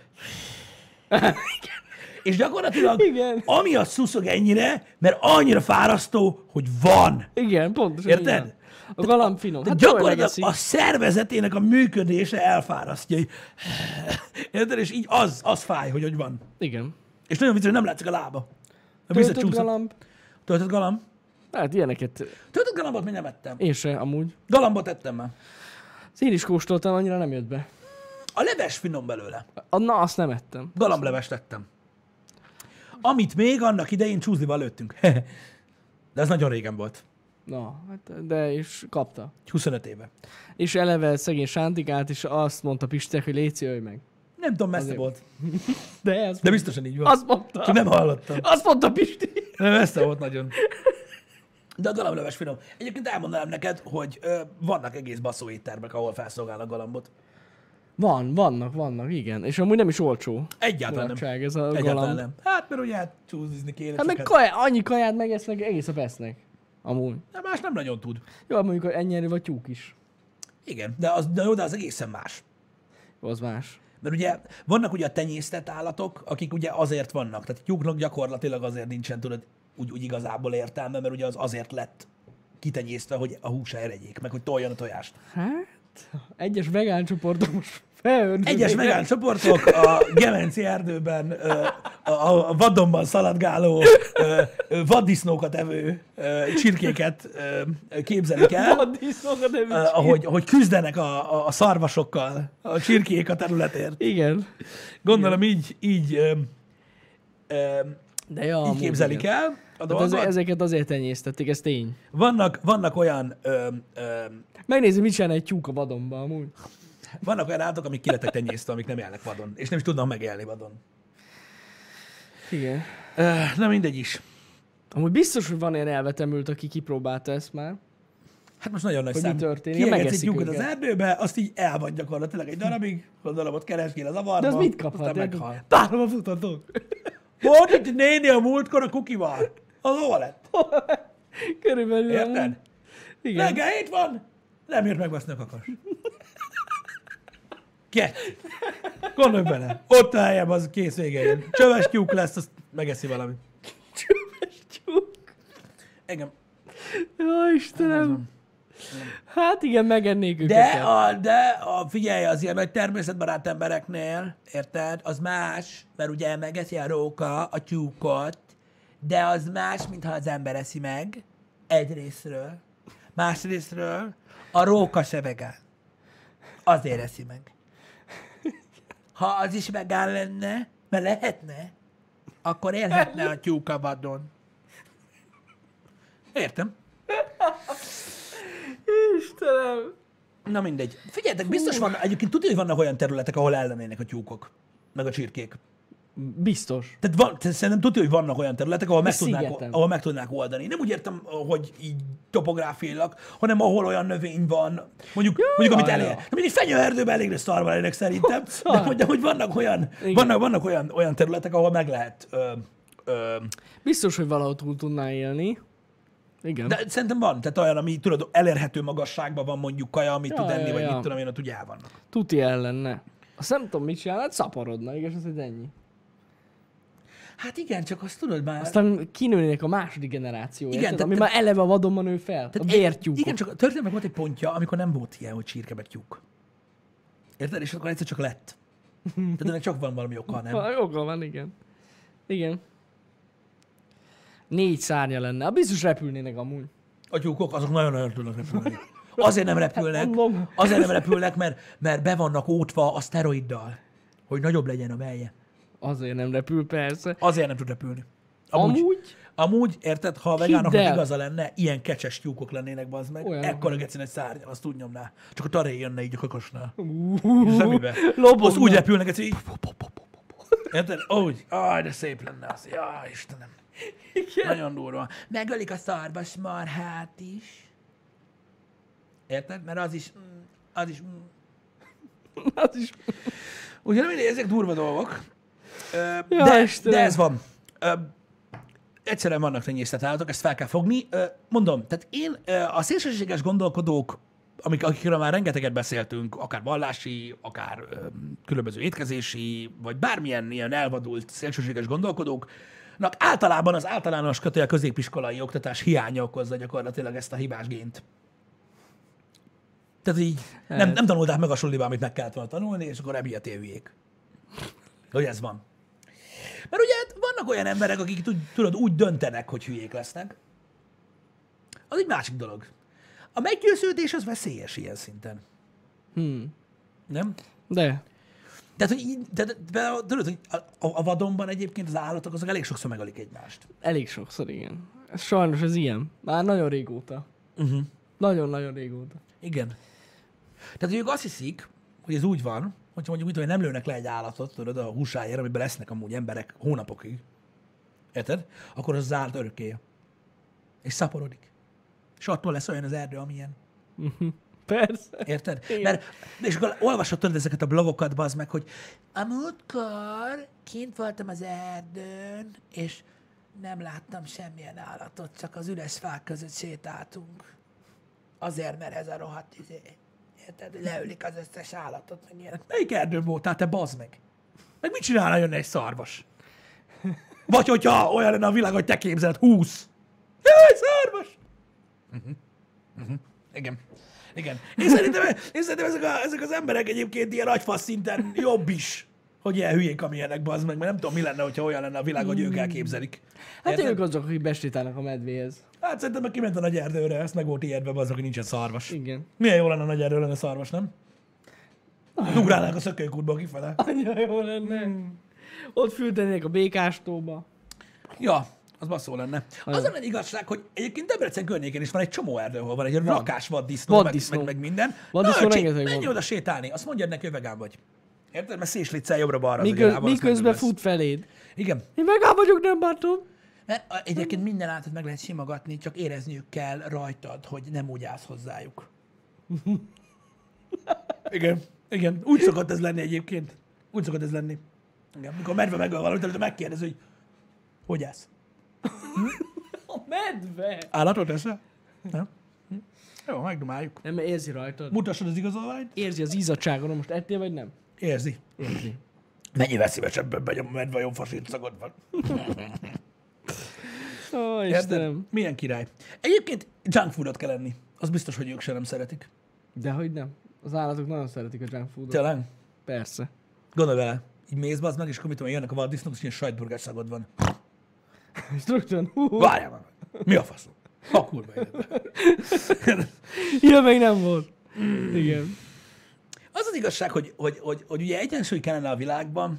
A: És gyakorlatilag
B: Igen.
A: amiatt szuszog ennyire, mert annyira fárasztó, hogy van.
B: Igen, pontosan.
A: Érted?
B: így van. A galamb finom.
A: Tehát
B: Hát jól
A: gyakorlatilag
B: megeszik.
A: a szervezetének a működése elfárasztja. Hogy... Érted? És így az fáj, hogy van.
B: Igen.
A: És nagyon vicces, hogy nem látszik a lába.
B: Töltött galamb.
A: Töltött galamb?
B: Hát ilyeneket
A: Töltött galambot még nem ettem.
B: én se amúgy.
A: Galambot ettem már.
B: Én is kóstoltam, annyira nem jött be.
A: A leves finom belőle.
B: Na, azt nem ettem.
A: Galamblevest ettem. Amit még annak idején csúzlival lőttünk. De ez nagyon régen volt.
B: Na, hát de is kapta.
A: 25 éve.
B: És eleve szegény sántikát, és azt mondta Pistek, hogy léci, ölj meg.
A: Nem tudom, messze
B: Azért.
A: volt.
B: De
A: biztosan így volt.
B: azt mondta.
A: Csak nem hallottam.
B: Azt mondta Pisti.
A: Nem, messze volt nagyon. De a galamleves finom. Egyébként elmondanám neked, hogy vannak egész baszó éttermek, ahol felszolgálnak galambot.
B: Vannak, igen. És amúgy nem is olcsó.
A: Egyáltalán nem.
B: Mulatság ez a
A: Egyáltalán
B: galamb.
A: nem. Hát, mert ugye csúzizni kéne.
B: Hát meg
A: csak
B: annyi kaját megesznek, egész a vesznek. Amúgy.
A: hát más nem nagyon tud.
B: Jó, mondjuk ennyi vagy tyúk is.
A: Igen, de az egészen más.
B: Az más.
A: Mert ugye vannak ugye a tenyésztett állatok, akik ugye azért vannak. Tehát tyúknak gyakorlatilag azért nincsen, tudod, úgy igazából értelme, mert ugye az azért lett kitenyésztve, hogy a húsáért egyék, meg hogy toljon a tojást.
B: Hát, egyes vegán csoportok most felördülnek.
A: Egyes vegán csoportok a Gemenci erdőben, a vadonban szaladgáló, vaddisznókat evő csirkéket képzelik el,
B: Vaddisznókat evő
A: ahogy küzdenek a szarvasokkal a csirkék a területért.
B: Igen.
A: Gondolom így
B: De ja,
A: így
B: amúgy
A: képzelik
B: igen.
A: el a
B: Hát
A: dolgot.
B: ezeket azért tenyésztették, ez tény.
A: Vannak olyan
B: Megnézzük, mit csinál egy tyúk a vadonban amúgy.
A: vannak olyan állatok, amik ki lettek tenyésztve, amik nem élnek vadon, és nem is tudnak megélni vadon.
B: Igen.
A: Na mindegy is.
B: Amúgy biztos, hogy van ilyen elvetemült, aki kipróbálta ezt már.
A: Hát most nagyon nagy
B: Hogy
A: szám.
B: mi történik?
A: Kiengedsz egy
B: Megeszik
A: tyúkot az
B: őket.
A: erdőbe, azt így elvan gyakorlatilag egy darabig, gondolom ott keresgél az avarba,
B: De az mit kaphat?
A: aztán meghal.
B: Párba futhatok.
A: Volt itt egy néni a múltkor a kukival. Az hol lett?
B: Körülbelül.
A: Érted?
B: amúgy. Igen.
A: Reggel hét van, nem ért megbaszni a kakas. Kettő. Gondolj bele. Ott a helyem, az kész vége ér. Csöves tyúk lesz, azt megeszi valami.
B: Csöves tyúk.
A: Engem.
B: Jó, Istenem. Hát igen, megennék őket.
A: De figyelj, az ilyen nagy természetbarát embereknél, érted, az más, mert ugye megeszi a róka a tyúkot, de az más, mintha az ember eszi meg, egyrészről. Másrészről a róka se vegán. Azért eszi meg. Ha az is vegán lenne, mert lehetne, akkor élhetne a tyúk a vadon. Értem.
B: Istenem.
A: Na mindegy. Figyeljetek, biztos van, egyébként tudja, hogy vannak olyan területek, ahol ellennének a tyúkok, meg a csirkék.
B: Biztos.
A: Tehát szerintem tudja, hogy vannak olyan területek, ahol
B: szigeten.
A: meg tudnák oldani. Nem úgy értem, hogy így topográfiailag, hanem ahol olyan növény van, mondjuk amit elér. Mondjuk egy fenyőerdőben elég szarva lennének szerintem, de hogy vannak olyan területek, ahol meg lehet.
B: Biztos, hogy valahol túl tudná élni. Igen.
A: De szerintem van, tehát olyan, ami tudod, elérhető magasságban van mondjuk kaja, amit tud enni, vagy mit tudom én, ott ugye el vannak.
B: Tuti ellenne. Azt nem tudom, mit csinál, hát szaporodna, igaz, az ennyi.
A: Hát igen, csak azt tudod már...
B: Aztán kinőnének a második generáció,
A: Igen,
B: érted?
A: tehát-
B: Ami már eleve a vadonban nő fel. A vértyúkok.
A: Igen, csak a történetnek volt egy pontja, amikor nem volt ilyen, hogy csirke meg tyúk. Érted? És akkor egyszer csak lett. Tehát ennek csak van valami oka, nem?
B: Oka van, igen. Igen. 4 szárnya lenne. Biztos repülnének amúgy.
A: A tyúkok, azok nagyon-nagyon tudnak repülni. Azért nem repülnek,
B: mondom.
A: mert be vannak ótva a szteroiddal, hogy nagyobb legyen a melje.
B: Azért nem repül, persze.
A: Azért nem tud repülni. Amúgy, érted, ha a vegánoknak
B: el.
A: igaza lenne, ilyen kecses tyúkok lennének, bazd meg.
B: Olyanok.
A: Ekkora gecin egy szárnyal, azt úgy nyomná. Csak a taréj jönne így a kakasnál.
B: Semmibe.
A: Azt úgy repülnek, hogy így... Érted? Úgy. Aj, de szép lenne az. Jaj, Istenem.
B: Igen.
A: Nagyon durva. Megölik a szarvas marhát is. Érted? Mert az is...
B: Az is...
A: Ugye nem mindegy, ezek durva dolgok.
B: Ja, Istenem.
A: De ez van. Egyszerűen vannak tenyésztett állatok, ezt fel kell fogni. Mondom, tehát én a szélsőséges gondolkodók, akikről már rengeteget beszéltünk, akár vallási, akár különböző étkezési, vagy bármilyen ilyen elvadult szélsőséges gondolkodóknak általában az általános középiskolai oktatás hiánya okozza gyakorlatilag ezt a hibás gént. Tehát így nem tanulták meg a suliba, amit meg kellett volna tanulni, és akkor emiatt hülyék. Hogy ez van. Mert ugye vannak olyan emberek, akik tudod, úgy döntenek, hogy hülyék lesznek. Az egy másik dolog. A meggyőződés az veszélyes ilyen szinten. Nem?
B: De.
A: Tehát, hogy így, tudod, hogy a vadonban egyébként az állatok azok elég sokszor megölik egymást.
B: Elég sokszor, igen. Sajnos ez ilyen. Már nagyon régóta.
A: Uh-huh.
B: Nagyon-nagyon régóta.
A: Igen. Tehát, hogy ők azt hiszik, hogy ez úgy van, hogyha mondjuk mit, hogy nem lőnek le egy állatot, tudod, a húsáért, amiben lesznek amúgy emberek hónapokig. Érted? Akkor az állat örökké. És szaporodik. És attól lesz olyan az erdő, amilyen.
B: Persze.
A: Érted?
B: Igen.
A: Mert, és akkor olvasod tudod ezeket a blogokat, bazd meg, hogy a múltkor kint voltam az erdőn, és nem láttam semmilyen állatot, csak az üres fák között sétáltunk. Azért, mert ez a rohadt érted? Hogy leülik az összes állatot, meg ilyenek. Melyik erdőn voltál, te bazd meg? Meg mit csinálna jönne egy szarvas? Vagy hogyha olyan lenne a világ, hogy te képzeled 20. Jaj, szarvas! Igen. Igen. Én szerintem ezek az emberek egyébként ilyen agyfasz szinten jobb is, hogy ilyen hülyék, amilyenek, bazd meg, mert nem tudom, mi lenne, hogyha olyan lenne a világ, hogy ők elképzelik.
B: Hát
A: Érted?
B: ők azok, akik bestétálnak a medvéhez.
A: Hát szerintem meg kiment a nagy erdőre, ezt meg volt ijedve, bazd, hogy nincsen szarvas.
B: Igen.
A: Milyen jó lenne a nagy erdő lenne szarvas, nem? Ugrálnák a szökőkútból kifele.
B: Annyira jó lenne. Ott fültenék a békástóba.
A: Ja, az basszó lenne. Az lenne igazság, hogy egyébként Debrecen környékén is van egy csomó erdő, ahol van egy rakás vaddisznó,
B: Vaddisznó.
A: meg minden.
B: Vaddisznó
A: Na,
B: rengeteg
A: menj
B: van.
A: oda sétálni, azt mondjad neki, hogy vegán vagy. Érted? Mert széslitszel jobbra-balra az agyarában, azt
B: Miközben
A: megdől lesz.
B: fut feléd.
A: Igen.
B: Én vegán vagyok, nem bántom.
A: Mert egyébként minden állatot meg lehet simogatni, csak érezniük kell rajtad, hogy nem úgy állsz hozzájuk. Igen. Igen. Úgy szokott ez lenni egyébként. Úgy szokott ez lenni. Igen. Mikor medve megöl valamit, előtte megkérdez, hogy állsz?
B: A medve.
A: Állatot eszel? Nem? Jó, megdumáljuk.
B: Nem, mert érzi rajtad.
A: Mutassad az igazolványt?
B: Érzi az izzadságon, most ettél vagy nem?
A: Érzi.
B: Érzi.
A: Mennyivel szívesebben megy a medve, jobb fasít szagod van.
B: Ó,
A: Érted?
B: Istenem.
A: Milyen király. Egyébként junk foodot kell enni. Az biztos, hogy ők se nem szeretik.
B: Dehogy nem. Az állatok nagyon szeretik a junk foodot.
A: Tényleg?
B: Persze.
A: Gondolj vele. Így mész bazd meg, és akkor mit tudom, jönnek a vaddisznók, és ilyen sajtburgás szagod van.
B: És rögtön,
A: Várjál már. Mi a faszom? A kurva életben.
B: ilyen meg nem volt. Igen.
A: Az az igazság, hogy ugye egyensúly kellene a világban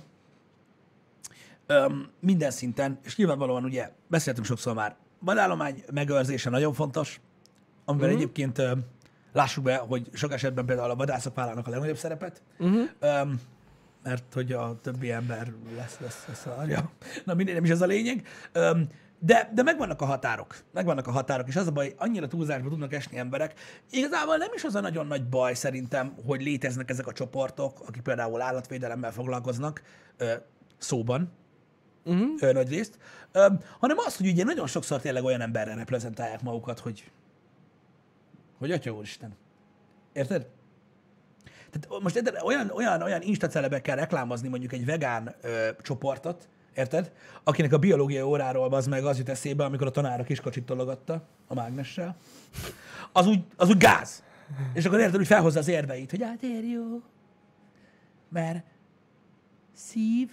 A: minden szinten, és nyilvánvalóan ugye beszéltünk sokszor már, vadállomány megőrzése nagyon fontos, amiben egyébként lássuk be, hogy sok esetben például a vadászok vállalnak a legnagyobb szerepet, mert hogy a többi ember lesz arja. Na mindegy, nem is ez a lényeg. De megvannak a határok. Megvannak a határok, és az a baj, annyira túlzásba tudnak esni emberek. Igazából nem is az a nagyon nagy baj szerintem, hogy léteznek ezek a csoportok, akik például állatvédelemmel foglalkoznak, szóban, nagy részt, hanem az, hogy ugye nagyon sokszor tényleg olyan emberre reprezentálják magukat, hogy Atya Úristen. Érted? Tehát most olyan instacelebekkel reklámozni mondjuk egy vegán csoportot, érted? Akinek a biológiai óráról az meg az jut eszébe, amikor a tanár a kiskocsit tologatta a mágnessel. Az úgy gáz. És akkor érted, hogy felhozza az érveit, hogy hát jó, mert szív.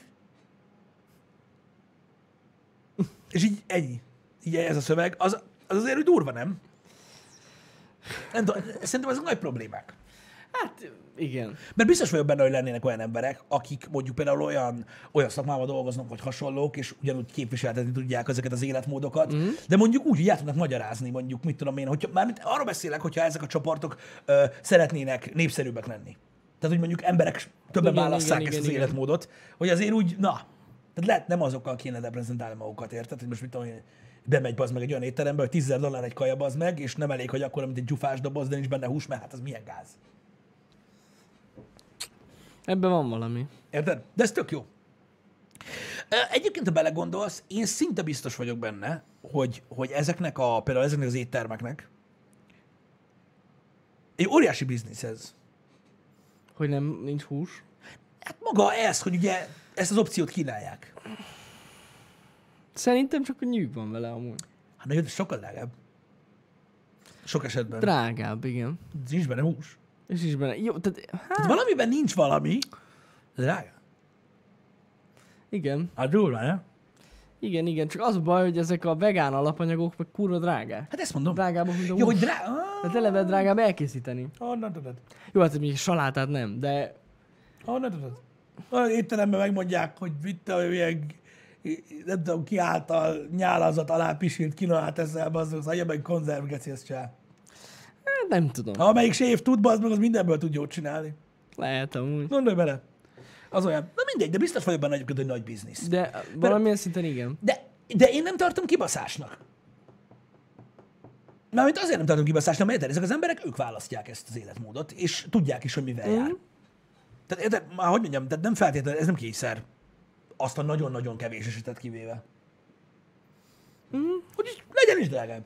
A: És így ennyi. Így ez a szöveg. Az azért, hogy durva, nem? Nem tudom, szerintem ezek nagy problémák.
B: Hát, igen.
A: Mert biztos vagyok benne, hogy lennének olyan emberek, akik mondjuk például olyan szakmában dolgoznak, vagy hasonlók, és ugyanúgy képviseltetni tudják ezeket az életmódokat, de mondjuk úgy, hogy el tudnak magyarázni, mondjuk, mit tudom én, hogyha, mármint arról beszélek, hogyha ezek a csoportok szeretnének népszerűbbek lenni. Tehát, hogy mondjuk emberek többen válasszák ezt az életmódot, hogy azért úgy, tehát lehet nem azokkal kéne reprezentálni magukat, érted? Hogy most mit tudom én, bemegy bazd meg egy olyan étterembe, hogy $10 egy kaja bazd meg, és nem elég, hogy akkor, mint egy gyufás doboz, de nincs benne hús, mert hát az milyen gáz.
B: Ebben van valami.
A: Érted? De ez tök jó. Egyébként, ha belegondolsz, én szinte biztos vagyok benne, hogy ezeknek például ezeknek az éttermeknek egy óriási biznisz ez.
B: Hogy nincs hús?
A: Hát maga ez, hogy ugye ezt az opciót kínálják.
B: Szerintem csak a nyűg van vele amúgy.
A: Hát nagyon sokkal drágább. Sok esetben.
B: Drágább, igen.
A: Nincs benne hús.
B: És is benne. Jó,
A: Tehát valamiben nincs valami, de drága.
B: Igen.
A: Hát durva, ne?
B: Igen, csak az a baj, hogy ezek a vegán alapanyagok meg kurva drágák.
A: Hát ezt mondom.
B: Drágábbak, mint a
A: Jó,
B: hús.
A: hogy drága.
B: Tehát eleve drágább elkészíteni.
A: Honnan tudod?
B: Jó, hát még salátát nem, de
A: Honnan tudod? Olyan étteremben megmondják, hogy vitte a ilyen, nem tudom ki által nyálazat alá pisilt kinoát ezzel, az agya meg konzervgeci, ezt csinál.
B: Hát nem tudom.
A: Ha amelyik séf tud, az meg az mindenből tud jót csinálni.
B: Lehet amúgy.
A: Gondolj bele. Az olyan. Na mindegy, de biztos vagyok benne egyébként, hogy nagy biznisz.
B: De valamilyen szinten igen.
A: De én nem tartom kibaszásnak. Mármint azért nem tartom kibaszásnak, mert ezek az emberek, ők választják ezt az életmódot, és tudják is, hogy mivel jár. Tehát érted, már hogy mondjam, tehát nem feltétlenül, ez nem kényszer. Azt a nagyon-nagyon kevés esetet kivéve. Hogy így legyen is drágább.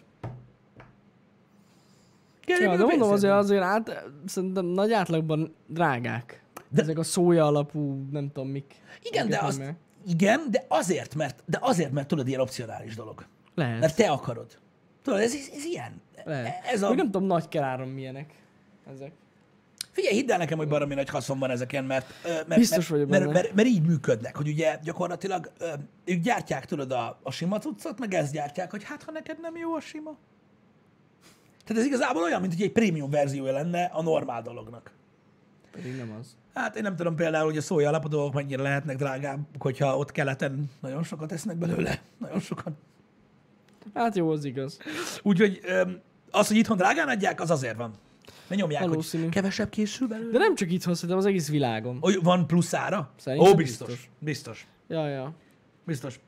B: Ja, de mondom, azért szerintem nagy átlagban drágák. De ezek a szója alapú, nem tudom mik.
A: Igen, de azért, mert tudod, ilyen opcionális dolog.
B: Lehet.
A: Mert te akarod. Tudod, ez ilyen.
B: Lehet.
A: Ez a...
B: Még nem tudom, nagy keráron milyenek ezek.
A: Figyelj, hidd el nekem, hogy baromi nagy haszon van ezeken, mert
B: Biztos vagyok benne.
A: mert így működnek, hogy ugye gyakorlatilag ők gyártják, tudod, a sima cuccot, meg ezt gyártják, hogy hát, ha neked nem jó a sima. Tehát ez igazából olyan, mint hogy egy prémium verziója lenne a normál dolognak.
B: Pedig nem az.
A: Hát én nem tudom például, hogy a szója alapú dolgok mennyire lehetnek drágább, hogyha ott keleten nagyon sokat esznek belőle. Nagyon sokan.
B: Hát jó, az igaz.
A: Úgyhogy az, hogy itthon drágán adják, az azért van. Mert nyomják,
B: Valószínű.
A: hogy kevesebb készül belőle.
B: De nem csak itthon, szerintem az egész világon.
A: Van plusz ára?
B: Szerintem
A: Biztos. Biztos.
B: Ja.
A: Biztos.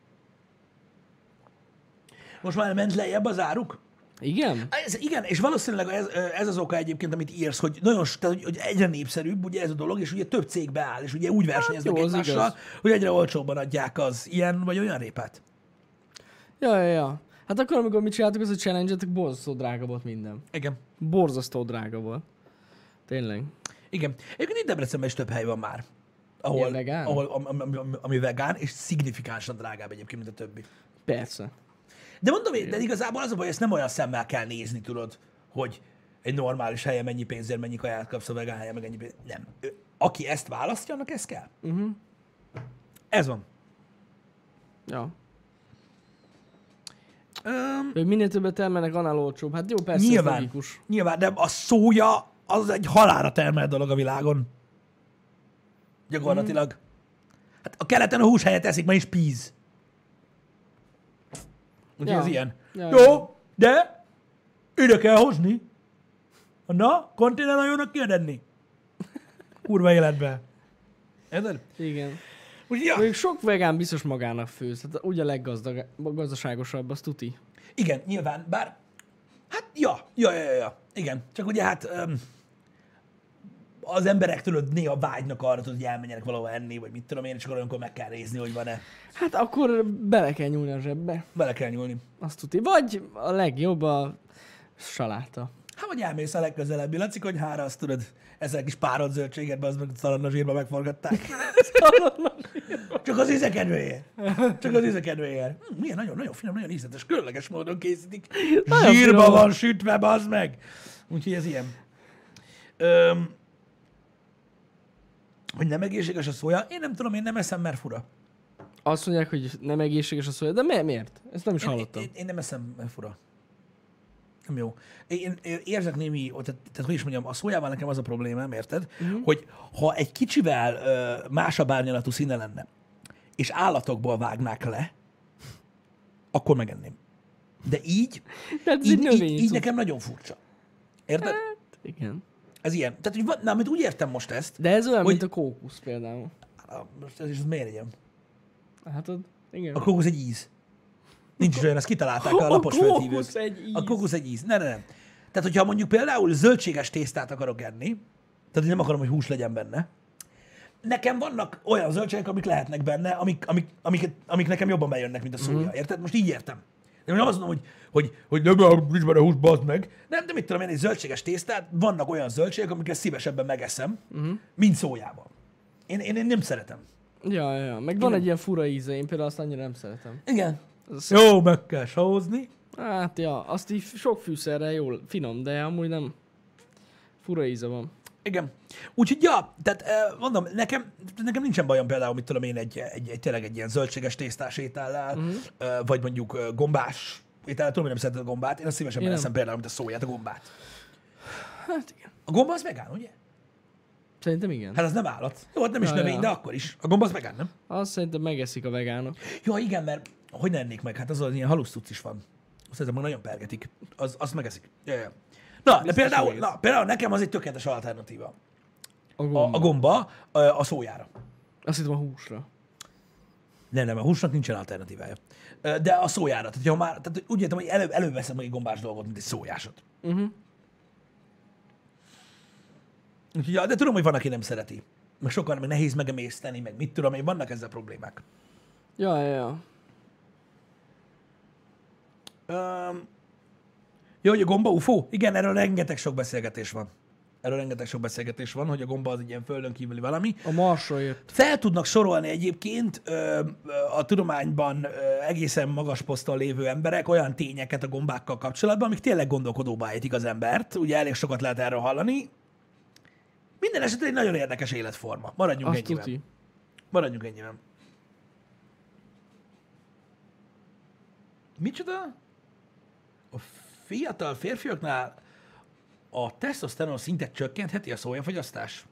A: Most már ment lejjebb az áruk?
B: Igen?
A: Igen, és valószínűleg ez az oka egyébként, amit írsz, hogy nagyon, tehát, hogy egyre népszerűbb ugye ez a dolog, és ugye több cég beáll, és ugye úgy versenyeznek
B: jó, az
A: egymással,
B: igaz.
A: hogy egyre olcsóbban adják az ilyen vagy olyan répát.
B: Ja. Hát akkor, amikor mi csináltuk az a challenge-et, borzasztó drága volt minden.
A: Igen.
B: Borzasztó drága volt. Tényleg.
A: Igen. Egyébként itt Debrecenben is több hely van már,
B: Ilyen vegán?
A: ami vegán, és szignifikánsan drágább egyébként, mint a többi.
B: Persze.
A: De mondom én, de igazából az a baj, ezt nem olyan szemmel kell nézni, tudod, hogy egy normális helyen mennyi pénzért mennyi kaját kapsz, a vegán helyen meg ennyi pénzért. Nem. Aki ezt választja, annak ez kell. Ez van.
B: Ja. Hogy minél többet termelnek, annál olcsóbb. Hát jó, persze, ez logikus.
A: Nyilván, de a szója az egy halálra termelt dolog a világon. Gyakorlatilag. Hát a keleten a hús helyett eszik ma is píz. Úgyhogy ez ilyen. Jó, de ide kell hozni. Na, konténerhajónak kérdenni. Kurva életbe. Érted?
B: Igen.
A: Úgyhogy, ja.
B: Mondjuk sok vegán biztos magának főz. Hát ugye a leggazdaságosabb, az tuti.
A: Igen, nyilván, bár hát, ja. Igen, csak ugye hát az emberek tudod néha vágynak arra, hogy elmenjenek valahol enni, vagy mit tudom én, és akkor olyankor meg kell nézni, hogy van-e.
B: Hát akkor bele kell nyúlni a zsebbe.
A: Bele kell nyúlni.
B: Azt tuti. Vagy a legjobb a saláta.
A: Hát, vagy elmész a legközelebbi Laci konyhára, azt tudod, ezzel a kis párolt zöldséget, az meg szalonna zsírba megforgatták. Csak az íze kedvéért. Milyen nagyon finom, nagyon ízletes, különleges módon készítik.
B: Nagyon
A: Zsírba
B: finom.
A: van sütve, bazd meg. Úgyhogy ez ilyen. Hogy nem egészséges a szója? Én nem tudom, én nem eszem, mert fura.
B: Azt mondják, hogy nem egészséges a szója, de miért? Ezt nem is hallottam.
A: Én nem eszem, mert fura. Nem jó. Én érzek némi, tehát hogy is mondjam, a szójával nekem az a problémám, érted? Hogy ha egy kicsivel másabb árnyalatú színe lenne, és állatokból vágnák le, akkor megenném. De így,
B: Tehát
A: így nekem nagyon furcsa. Érted?
B: Igen.
A: Ez ilyen. Tehát, hogy amit úgy értem most ezt,
B: De ez olyan,
A: hogy-
B: mint a kókusz például.
A: most ez is miért legyen?
B: Hát igen.
A: A kókusz egy íz. Nincs is olyan, ezt kitalálták a lapos
B: kókusz
A: földhívők.
B: egy íz.
A: A kókusz egy íz. Nem. Tehát, hogyha mondjuk például zöldséges tésztát akarok enni, tehát hogy nem akarom, hogy hús legyen benne, nekem vannak olyan zöldségek, amik lehetnek benne, amik nekem jobban bejönnek, mint a szója. Érted? Most így értem. De nem azt mondom, hogy nem, nincs benne hús, bazd meg. Nem, de mit tudom én, egy zöldséges tésztát, vannak olyan zöldségek, amiket szívesebben megeszem, mint szójában. Én nem szeretem.
B: Ja. Meg van egy ilyen fura íze, én például azt annyira nem szeretem.
A: Igen.
B: Az-
A: Jó, meg kell sahozni.
B: Hát ja, azt így sok fűszerrel jól finom, de amúgy nem. Fura íze van.
A: Igen. Úgyhogy ja, tehát mondom, nekem nincsen bajom például, mit tudom én, tényleg egy ilyen zöldséges tésztás étellel, vagy mondjuk gombás étellel, tudom, hogy nem szereted a gombát, én azt szívesen
B: Én
A: eszem például, mint a szóját, a gombát.
B: Hát igen.
A: A gomba az vegán, ugye?
B: Szerintem igen.
A: Hát az nem állat. Jó, hát nem is
B: Ja,
A: növény,
B: ja.
A: de akkor is. A gomba az vegán, nem?
B: Azt szerintem megeszik a vegánok.
A: Ja, igen, mert hogy ne ennék meg? Hát azon ilyen halusztuc is van. Azt hiszem, hogy nagyon pergetik. Azt megeszik. Ja, ja. Na, de
B: Biztos
A: például,
B: megeszik.
A: például nekem az egy tökéletes alternatíva.
B: A gomba.
A: A gomba a szójára.
B: Azt hittem a húsra.
A: Nem, a húsnak nincsen alternatívája. De a szójára. Tehát, ha már, tehát úgy értem, hogy előveszem egy gombás dolgot, mint egy szójásot. Úgyhogy, de tudom, hogy van, aki nem szereti. Meg sokan meg nehéz megemészteni, meg mit tudom én, vannak ezzel problémák.
B: Ja.
A: Jó, hogy a gomba UFO? Igen, erről rengeteg sok beszélgetés van, hogy a gomba az egy ilyen földön kívüli valami.
B: A Marsra jött.
A: Fel tudnak sorolni egyébként a tudományban egészen magas poszton lévő emberek olyan tényeket a gombákkal kapcsolatban, amik tényleg gondolkodóba ejtik az embert. Ugye elég sokat lehet erről hallani. Minden esetre egy nagyon érdekes életforma. Maradjunk
B: Azt
A: ennyiben.
B: tuti.
A: Maradjunk ennyiben. Micsoda? A fiatal férfiaknál a tesztoszteron szintet csökkentheti a szójafogyasztás?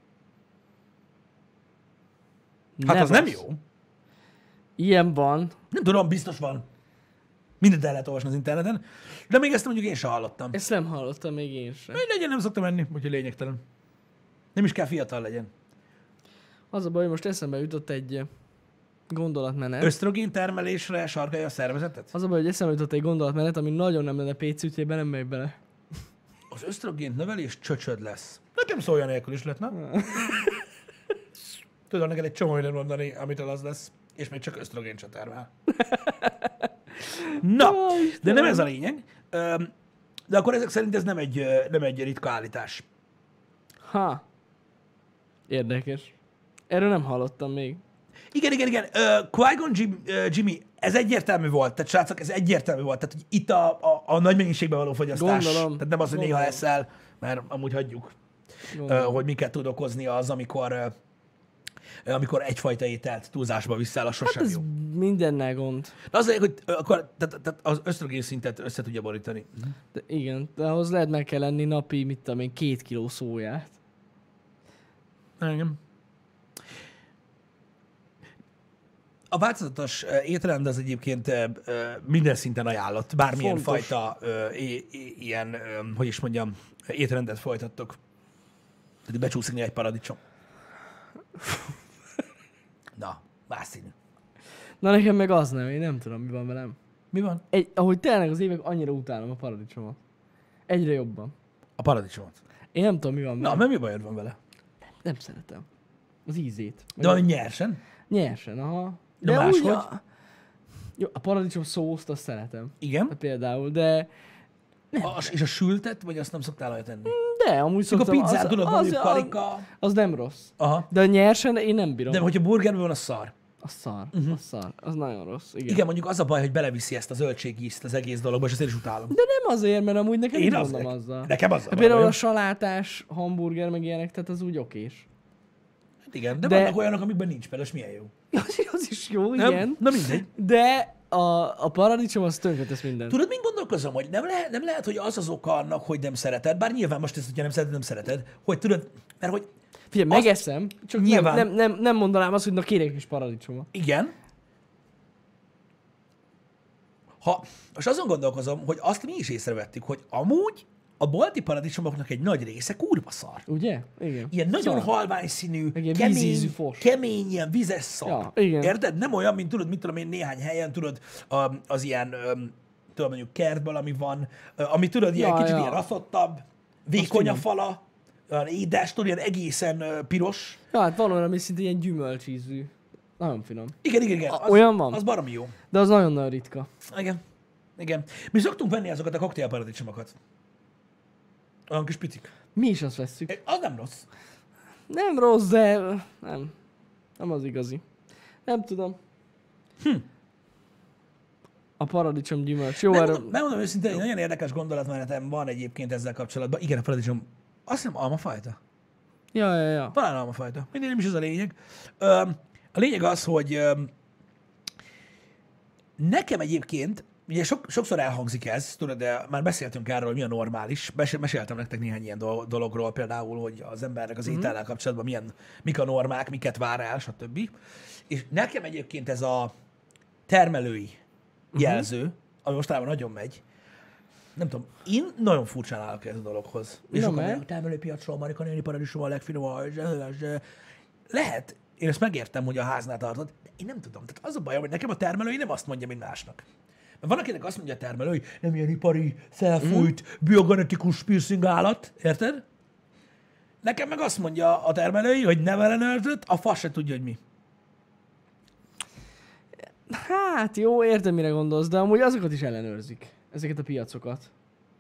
A: Hát az nem jó.
B: Ilyen van.
A: Nem tudom, biztos van. Mindent el lehet olvasni az interneten, de még ezt mondjuk én sem hallottam.
B: Ezt nem hallottam még én sem.
A: Legyen, nem szoktam menni, úgyhogy lényegtelen. Nem is kell fiatal legyen.
B: Az a baj, hogy most eszembe jutott egy gondolatmenet.
A: Ösztrogén termelésre sarkalja a szervezetet?
B: Az a baj, hogy eszembe jutott egy gondolatmenet, ami nagyon nem lenne PC, úgyhogy nem megy bele.
A: Az ösztrogént növelés csöcsöd lesz. Nekem szólja nélkül is lett, na? Tudom neked egy csomó minden mondani, amitől az lesz, és még csak ösztrogén se termel. Na, de nem ez a lényeg. De akkor ezek szerint ez nem egy ritka állítás.
B: Ha. Érdekes. Erről nem hallottam még.
A: Igen. Qui-Gon Jimmy, ez egyértelmű volt. Tehát srácok, ez egyértelmű volt. Tehát hogy itt a nagy mennyiségben való fogyasztás.
B: Gondolom.
A: Tehát nem az, hogy néha
B: Gondolom.
A: eszel, mert amúgy hagyjuk,
B: Gondolom.
A: hogy miket tud okozni az, amikor egyfajta ételt túlzásba viszel, az sosem
B: Ez
A: jó.
B: mindennel gond.
A: De az lényeg, hogy akkor, tehát az ösztrogén szintet össze tudja borítani.
B: De igen, de ahhoz lehet meg kell lenni napi, mit tudom én, 2 kiló szóját.
A: Igen. A változatos étrend az egyébként minden szinten ajánlott. Bármilyen
B: Fontos.
A: fajta ilyen, hogy is mondjam, étrendet folytattok. Tehát becsúszik egy paradicsom. Na, más színű.
B: Na nekem meg az nem, én nem tudom, mi van velem.
A: Mi van?
B: Ahogy telnek az évek, annyira utálom a paradicsomot. Egyre jobban.
A: A paradicsomot.
B: Én nem tudom, mi van
A: Na,
B: vele.
A: mert mi bajod van vele?
B: Nem szeretem. Az ízét.
A: De valami nyersen?
B: Nyersen, aha.
A: De máshogy?
B: Jó, a paradicsom szószt azt szeretem.
A: Igen.
B: Például, de
A: És a sültet, vagy azt nem szoktál olyat tenni?
B: amúgy
A: Mikor
B: szoktam.
A: pizzát tudod, mondjuk karika.
B: Az nem rossz.
A: Aha.
B: De a nyersen én nem bírom.
A: De hogyha burgerben van, az szar.
B: Az szar, az szar. Az nagyon rossz. Igen.
A: Igen, mondjuk az a baj, hogy beleviszi ezt a zöldségízt az egész dologba, és ezt én is utálom.
B: De nem azért, mert amúgy nekem
A: Én
B: nem
A: az,
B: mondom azzal.
A: nekem az.
B: Hát például a salátás, hamburger, meg ilyenek, tehát az úgy okés.
A: Igen, de
B: de-
A: vannak olyanok, amikben nincs például, és milyen jó.
B: Az is jó,
A: Nem?
B: igen.
A: Na mindegy.
B: De a paradicsom az tönkretesz mindent.
A: Tudod, mint gondolkozom, hogy nem lehet, hogy az oka annak, hogy nem szereted, bár nyilván most ezt, hogyha nem szereted, nem szereted, hogy tudod, mert hogy
B: Figyelj,
A: azt-
B: megeszem, csak
A: nyilván-
B: nem mondanám azt, hogy na kérek is paradicsomot.
A: igen, most azon gondolkozom, hogy azt mi is észrevettük, hogy amúgy a bolti paradicsomoknak egy nagy része kurva szar.
B: Ugye? Igen.
A: Ilyen nagyon
B: Szar.
A: halvány színű,
B: Meg ilyen vízízű
A: kemény,
B: fos.
A: kemény, ilyen vizes szar.
B: Ja, igen.
A: Érted? Nem olyan, mint tudod, mit tudom én, néhány helyen, tudod, az ilyen, tudod, mondjuk kertből, ami van, ami tudod, ilyen
B: Ja,
A: kicsit
B: ja.
A: ilyen raszottabb, vékony a
B: tudom.
A: fala, olyan édes, tudod, ilyen egészen piros.
B: Ja, hát van olyan, ami szinte ilyen gyümölcsízű. Nagyon finom.
A: Igen.
B: Olyan van?
A: Az baromi jó.
B: De az nagyon-nagyon ritka.
A: Igen. Mi szoktunk venni azokat a koktélparadicsomokat. Olyan kis picik.
B: Mi is azt vesszük.
A: Az nem rossz.
B: Nem rossz, de nem. Nem az igazi. Nem tudom. A paradicsom gyümölcs. Jó, erről...
A: Megmondom őszintén, egy nagyon érdekes gondolatmenetem van egyébként ezzel kapcsolatban. Igen, a paradicsom, azt hiszem almafajta.
B: Ja.
A: Talán almafajta. Mindig nem is ez a lényeg. A lényeg az, hogy nekem egyébként ugye sokszor elhangzik ez, tudod, de már beszéltünk erről, hogy mi a normális. Meséltem nektek néhány ilyen dologról, például, hogy az embernek az étellel kapcsolatban mik a normák, miket vár el, stb. És nekem egyébként ez a termelői jelző, ami mostában nagyon megy, nem tudom, én nagyon furcsán állok ez a dologhoz. És akkor a termelőpiacról, amerikai paradicsom a legfinomabb, lehet, én ezt megértem, hogy a háznál tartod, de én nem tudom. Tehát az a baj, hogy nekem a termelői nem azt mondja, mint másnak. Mert van, akinek azt mondja a termelő, hogy nem ilyen ipari, szelfújt, biogenetikus piercing állat, érted? Nekem meg azt mondja a termelői, hogy nem ellenőrzött, a fasz se tudja, hogy mi.
B: Hát jó, értem, mire gondolsz, de amúgy azokat is ellenőrzik. Ezeket a piacokat.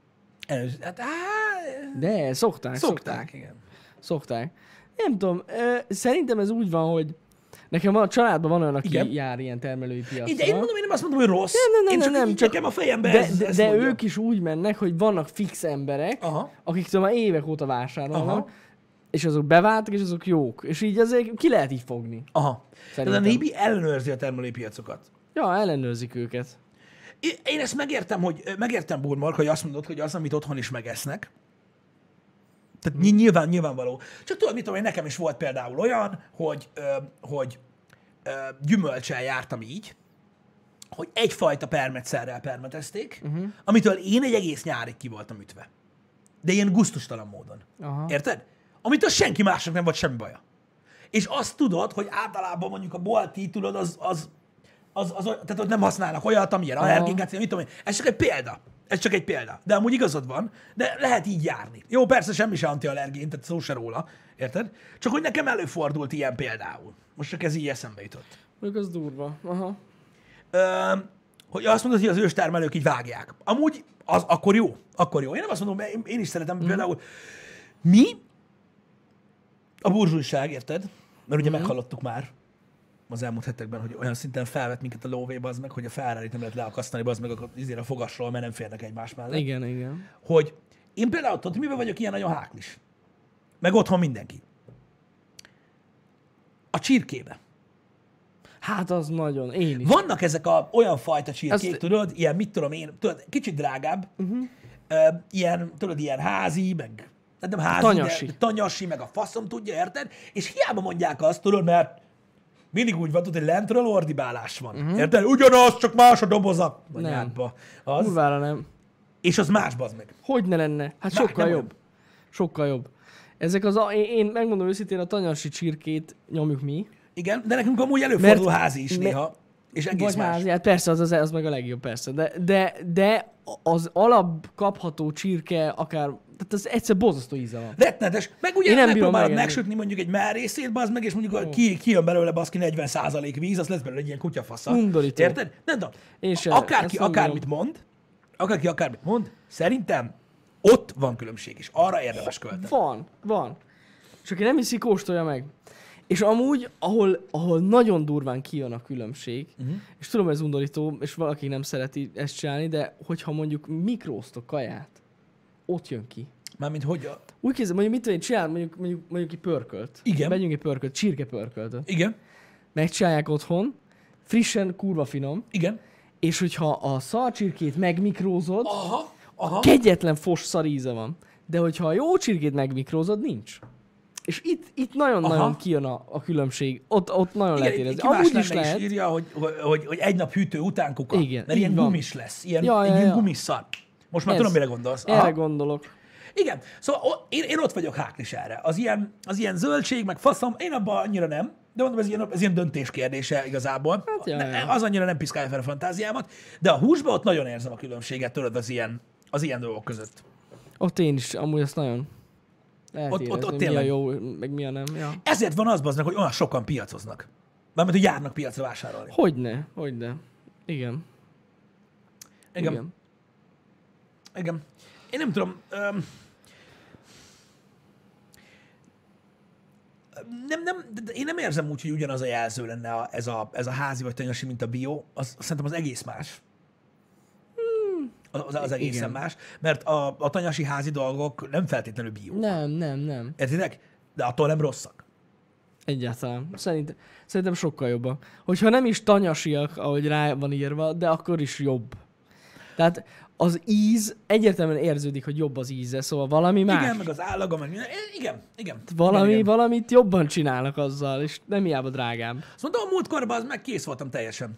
B: De, szokták.
A: Igen.
B: Szokták. Nem tudom, szerintem ez úgy van, hogy nekem a családban van olyan, aki
A: Igen.
B: jár ilyen termelői piacra.
A: De én mondom, én nem azt mondom, hogy rossz.
B: Nem,
A: csak nekem a fejembe ez
B: de
A: mondja.
B: ők is úgy mennek, hogy vannak fix emberek, akiktől már évek óta vásárolnak, és azok beváltak, és azok jók. És így azért ki lehet így fogni.
A: Tehát a Nébi ellenőrzi a termelői piacokat.
B: Ja, ellenőrzik őket.
A: Én ezt megértem, Burmark, hogy azt mondod, hogy az, amit otthon is megesznek. Tehát nyilvánvaló. Csak tudod, mit tudom, hogy nekem is volt például olyan, hogy gyümölcsel jártam így, hogy egyfajta permetszerrel permetezték, amitől én egy egész nyárig ki voltam ütve. De ilyen gusztustalan módon. Érted? Amitől senki másnak nem volt semmi baja. És azt tudod, hogy általában mondjuk a bolti, tudod, tehát ott nem használnak olyat, amilyen allergénket, mit tudom én. Ez csak egy példa. De amúgy igazad van, de lehet így járni. Jó, persze semmi se antiallergén, tehát szó se róla, érted? Csak hogy nekem előfordult ilyen például. Most csak ez így eszembe jutott.
B: Mondjuk az durva.
A: Hogy azt mondod, hogy az őstermelők így vágják. Amúgy az akkor jó. Én nem azt mondom, én is szeretem például. Mi? A burzsújság, érted? Mert ugye meghallottuk már az elmúlt hetekben, hogy olyan szinten felvett minket a lóvéba az meg, hogy a Ferrari-t nem lehet leakasztani, az meg a fogasról, mert nem férnek egymás mellett.
B: Igen.
A: Hogy én például tudod, miben vagyok ilyen nagyon háklis. Meg otthon mindenki. A csirkébe.
B: Hát az nagyon, én is.
A: Vannak ezek olyan fajta csirkék, tudod, ilyen, mit tudom én, tudod, kicsit drágább, ilyen, tudod, ilyen házi, meg nem házi,
B: tanyasi.
A: De tanyasi, meg a faszom tudja, érted? És hiába mondják azt, tudod, mert mindig úgy van, tudod, hogy lentről ordibálás van. Érted? Ugyanaz, csak más a doboza. Anyádba.
B: Kurvára nem.
A: És az más, bazd meg.
B: Hogy ne lenne? Hát sokkal jobb. Sokkal jobb. Ezek én megmondom őszintén, a tanyasi csirkét nyomjuk mi.
A: Igen, de nekünk amúgy előfordul házi is néha. És egész más.
B: Házi, hát persze, az meg a legjobb, persze. De az alap kapható csirke akár, tehát az egyszer borzasztó íze van.
A: Rettenetes. Meg ugye megpróbálod megsütni mondjuk egy mellészét, bazd meg, és mondjuk kijön belőle baszki 40% víz, az lesz belőle egy ilyen kutyafasza.
B: Undorító.
A: Érted? Nem tudom. Akárki akármit mond, szerintem ott van különbség is. Arra érdemes költeni.
B: Van. Csak aki nem hiszi, kóstolja meg. És amúgy, ahol nagyon durván kijön a különbség, és tudom, ez undorító, és valaki nem szereti ezt csinálni, de hogyha mondjuk mikróztok kaját, ott jön ki.
A: Mármint hogy?
B: Úgy kézzel, mondjuk mit tudom én, csinál, mondjuk egy pörkölt.
A: Igen.
B: Megyünk egy pörkölt, csirkepörköltöt.
A: Igen.
B: Megcsinálják otthon, frissen, kurva finom.
A: Igen.
B: És hogyha a szarcsirkét megmikrózod, kegyetlen fos szar íze van. De hogyha a jó csirkét megmikrózod, nincs. És itt nagyon-nagyon kijön a különbség. Ott nagyon lehet érezni.
A: Amúgy is lehet. Is írja, hogy egy nap hűtő után kuka.
B: Igen,
A: mert ilyen gumis lesz. Ilyen gumis szar. Most már tudom, mire gondolsz.
B: Erre gondolok.
A: Igen. Szóval én ott vagyok háklis erre. Az ilyen zöldség, meg faszom, én abban annyira nem. De mondom, ez ilyen döntés kérdése igazából. Hát, az annyira nem piszkálja fel a fantáziámat. De a húsban ott nagyon érzem a különbséget, tudod, az ilyen dolgok között.
B: Ott én is, amúgy azt nagyon lehet
A: ott
B: mi a jó, meg mi a nem. Ja.
A: Ezért van az, baznak, hogy olyan sokan piacoznak. Mármint, hogy járnak piacra vásárolni.
B: Hogyne. Igen.
A: Én nem tudom. Én nem érzem úgy, hogy ugyanaz a jelző lenne ez a házi vagy tanyasi, mint a bio. Szerintem az egész más. Az egészen más. Mert a tanyasi házi dolgok nem feltétlenül bio.
B: Nem.
A: Értitek? De attól nem rosszak.
B: Egyáltalán. Szerintem sokkal jobbak. Hogyha nem is tanyasiak, ahogy rá van írva, de akkor is jobb. Tehát az íz egyértelműen érződik, hogy jobb az íze, szóval valami más.
A: Igen, meg az állaga, meg minden. Igen.
B: Valamit jobban csinálnak azzal, és nem hiába drágább.
A: Azt mondom, a múltkorban az meg kész voltam teljesen.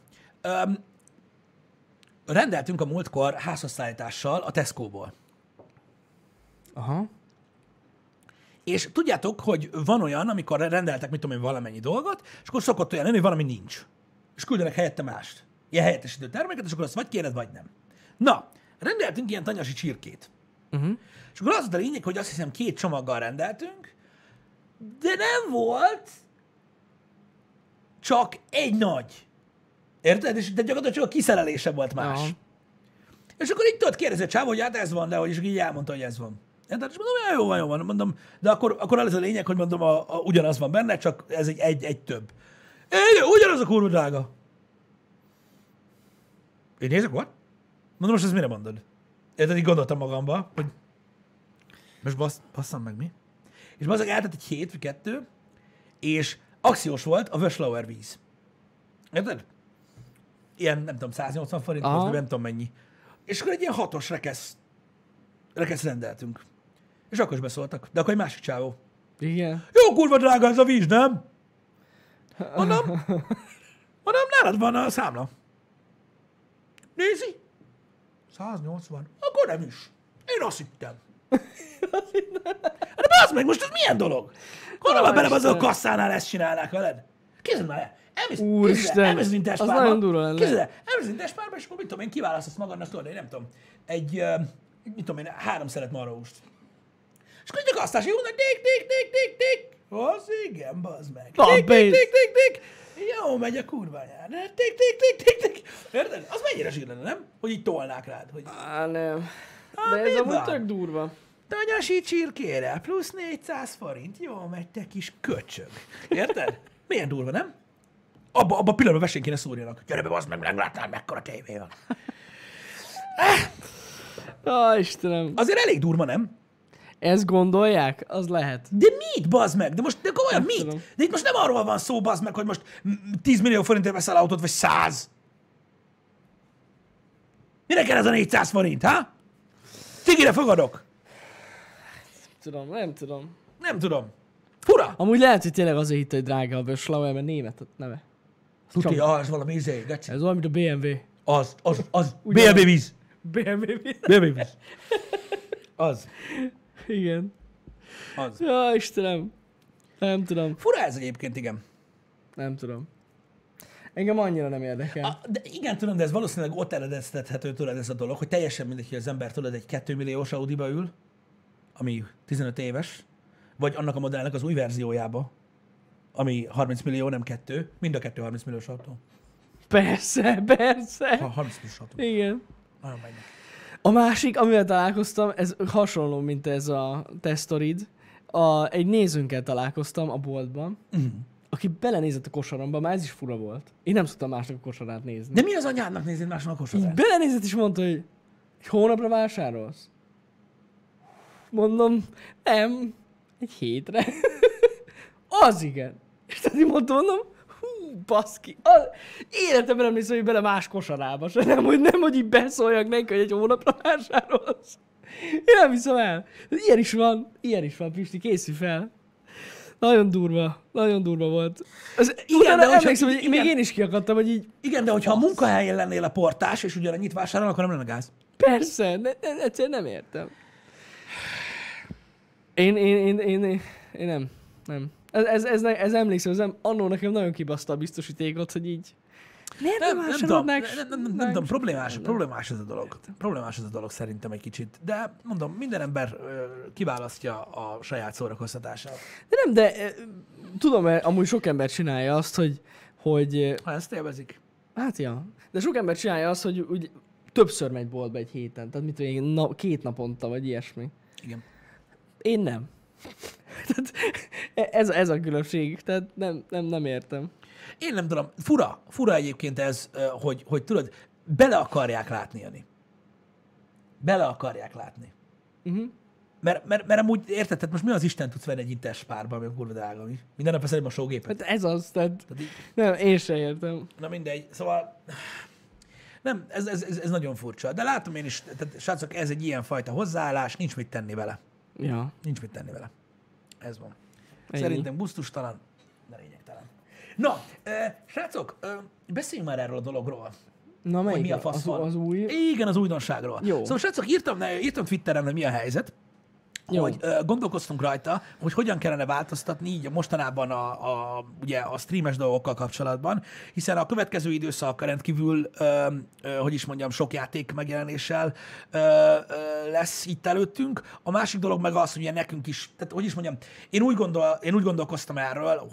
A: Rendeltünk a múltkor házhozszállítással a Tesco-ból.
B: Aha.
A: És tudjátok, hogy van olyan, amikor rendeltek, mit tudom én, valamennyi dolgot, és akkor szokott olyan lenni, hogy valami nincs. És küldenek helyette mást. Ilyen helyettesítő terméket, és akkor azt vagy kéred, vagy nem. Na, rendeltünk ilyen tanyasi csirkét. És akkor az volt a lényeg, hogy azt hiszem 2 csomaggal rendeltünk, de nem volt csak egy nagy. Érted? És de gyakorlatilag csak a kiszerelése volt más.
B: Aha.
A: És akkor így tudod kérdezni a csávó, hogy hát ez van, de hogy és így elmondta, hogy ez van. Érted? És mondom, jó van, mondom, de akkor az a lényeg, hogy mondom, ugyanaz van benne, csak ez egy több. Ugyanaz a kurva drága. Én nézek, what? Mondom, most ezt mire mondod? Érted, így gondoltam magamba, hogy most basszam meg mi? És bazzag eltett egy 7 vagy 2, és akciós volt a Wöslauer víz. Érted? Ilyen, nem tudom, 180 forint, most nem tudom mennyi. És akkor egy ilyen 6-os rekesz rendeltünk. És akkor is beszóltak. De akkor egy másik csávó.
B: Igen.
A: Jó kurva drága ez a víz, nem? Mondom, nálad van a számla. Nézi? 180. Akkor nem is. Én azt hittem. De bazd meg, most ez milyen dolog? Gondolom, már bele a kasszánál ezt csinálnák veled. Képzeld már el.
B: Úristen,
A: az
B: nagyon durva lenne.
A: Képzeld el, elmész az intestpárba, és akkor mit tudom én, kiválasztasz magadnak, tudod, én nem tudom, mit tudom én, 3 szelet marhahúst. És akkor csak azt jó, hogy tik. Az igen, bazd meg. Tik. Jó, megy a kurványára. Tik. Érted? Az mennyire zsír lenne, nem? Hogy így tolnák rád. Hogy...
B: Nem. De ez amúgy tök durva.
A: Tanyasi csirkére, plusz 400 forint. Jó, megy te kis köcsög. Érted? Milyen durva, nem? Abba a pillanatban vesén kéne szúrjanak. Gyere be, bazd meg, megláttál, mekkora tévé van.
B: Istenem.
A: Azért elég durva, nem?
B: Ezt gondolják? Az lehet.
A: De mit, bazd meg? De komolyan mit?
B: Tudom.
A: De itt most nem arról van szó, bazd meg, hogy most 10 millió forintért veszel autót, vagy 100. Mire kell ez a 400 forint, ha? Cigire fogadok.
B: Nem tudom.
A: Nem tudom. Fura.
B: Amúgy lehet, hogy tényleg azért hitt, hogy drága a Wöslauer, mert német a neve.
A: Tuti, ez valami geci.
B: Ez olyan, mint a BMW.
A: Az. BMW víz.
B: BMW.
A: BMW víz. Az.
B: Igen.
A: Az.
B: Ja, Istenem. Nem tudom.
A: Fura ez egyébként, igen.
B: Nem tudom. Engem annyira nem érdekel.
A: De igen, tudom, de ez valószínűleg ott eredeztethető tőled ez a dolog, hogy teljesen mindegy, hogy az ember tudod egy 2 milliós Audi-ba ül, ami 15 éves, vagy annak a modellnek az új verziójába, ami 30 millió, nem 2. Mind a 2 30 milliós autó.
B: Persze.
A: 30 milliós autó.
B: Igen.
A: Nagyon mennek.
B: A másik, amivel találkoztam, ez hasonló, mint ez a tesztorid. Egy nézőnkkel találkoztam a boltban, aki belenézett a kosaramba, már ez is fura volt. Én nem szoktam másnak a kosarát nézni.
A: De mi az anyádnak nézni másnak a kosarát?
B: Így belenézett és mondta, hogy egy hónapra vásárolsz? Mondom, nem, egy hétre. Az igen. És tehát így mondom, baszki. Életemben nem nézem, hogy bele más kosarába se. Nem, hogy így beszóljak neki, hogy egy hónapra vásárolsz. Én nem hiszem el. Ilyen is van, Pisti, készülj fel. Nagyon durva volt. Igen, de emlékszem, hogy még én is kiakadtam, hogy így...
A: Igen, de hogyha a munkahelyen lennél a portás, és ugyanannyit vásárol, akkor nem lenne gáz.
B: Persze, egyszerűen nem értem. Én nem. Ez emlékszem, annól nekem nagyon kibaszta a biztosítékot, hogy így...
A: Nem tudom, problémás ez a dolog. Problémás ez a dolog szerintem egy kicsit. De mondom, minden ember kiválasztja a saját szórakoztatását.
B: De tudom, amúgy sok ember csinálja azt, hogy
A: Ha ezt élvezik.
B: hát ja. De sok ember csinálja azt, hogy úgy többször megy boltba egy héten. Tehát mit tudom én, 2 naponta, vagy ilyesmi.
A: Igen.
B: Én nem. Tehát ez a különbség. Tehát nem értem.
A: Én nem tudom. Fura egyébként ez, hogy tudod, bele akarják látni, Jani. Bele akarják látni. Mert amúgy érted, tehát most mi az Isten tudsz venni egy intes párban, ami a kurva drága, mi? Minden nap veszed a sógépet.
B: Hát ez az, tehát
A: így...
B: nem, én sem értem.
A: Na mindegy, szóval Nem, ez nagyon furcsa. De látom én is, tehát srácok, ez egy ilyen fajta hozzáállás, nincs mit tenni vele.
B: Ja.
A: Nincs mit tenni vele. Ez van.
B: Ennyi.
A: Szerintem gusztustalan, de lényegtelen. Na, srácok, beszéljünk már erről a dologról.
B: Na melyik?
A: Mi a fasz van.
B: Az új?
A: Igen, az újdonságról.
B: Jó.
A: Szóval srácok, írtam Twitteren, hogy mi a helyzet,
B: Jó.
A: hogy gondolkoztunk rajta, hogy hogyan kellene változtatni így mostanában ugye a streames dolgokkal kapcsolatban, hiszen a következő időszak rendkívül, hogy is mondjam, sok játék megjelenéssel lesz itt előttünk. A másik dolog meg az, hogy ugye nekünk is, tehát hogy is mondjam, én úgy gondolkoztam erről,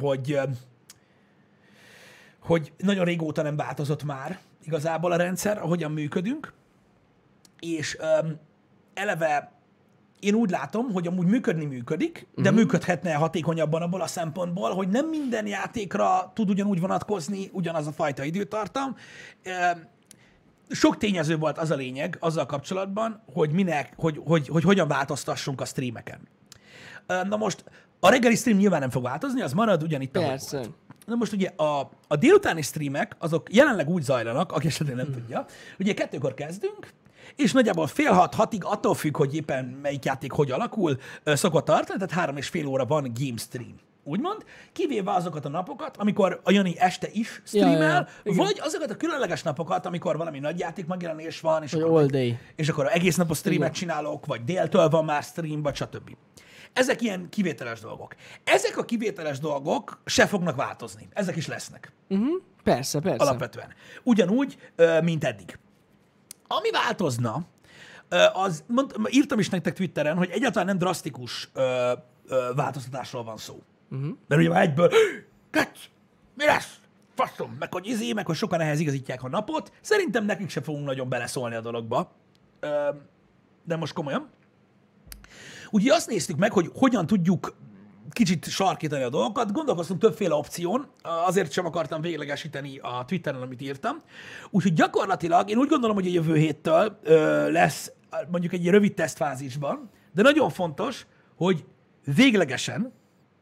A: hogy nagyon régóta nem változott már igazából a rendszer, ahogyan működünk, és eleve én úgy látom, hogy amúgy működik, de működhetne hatékonyabban abból a szempontból, hogy nem minden játékra tud ugyanúgy vonatkozni ugyanaz a fajta időtartam. Sok tényező volt az a lényeg azzal kapcsolatban, hogy hogyan változtassunk a streameken. Na most a reggeli stream nyilván nem fog változni, az marad ugyanitt, ahogy
B: Persze.
A: volt. Na most ugye a délutáni streamek, azok jelenleg úgy zajlanak, aki esetleg nem tudja, ugye 2-kor kezdünk, és nagyjából 5-6-6-ig, attól függ, hogy éppen melyik játék hogy alakul, szokott tartani, tehát 3,5 óra van game stream. Úgymond, kivéve azokat a napokat, amikor a Jani este is streamel,
B: igen.
A: vagy azokat a különleges napokat, amikor valami nagy játék megjelenés van, és
B: Vagy
A: akkor,
B: all day.
A: és akkor egész napos streamet
B: Igen.
A: csinálok, vagy déltől van már stream, vagy stb. Ezek ilyen kivételes dolgok. Ezek a kivételes dolgok se fognak változni. Ezek is lesznek.
B: Persze.
A: Alapvetően. Ugyanúgy, mint eddig. Ami változna, írtam is nektek Twitteren, hogy egyáltalán nem drasztikus változtatásról van szó. Mert ugye már egyből, mi lesz? Faszom, meg hogy sokan ehhez igazítják a napot. Szerintem nekik sem fogunk nagyon beleszólni a dologba. De most komolyan. Úgyhogy azt néztük meg, hogy hogyan tudjuk kicsit sarkítani a dolgokat. Gondolkoztunk többféle opción, azért sem akartam véglegesíteni a Twitteren, amit írtam. Úgyhogy gyakorlatilag én úgy gondolom, hogy a jövő héttől lesz mondjuk egy rövid tesztfázisban, de nagyon fontos, hogy véglegesen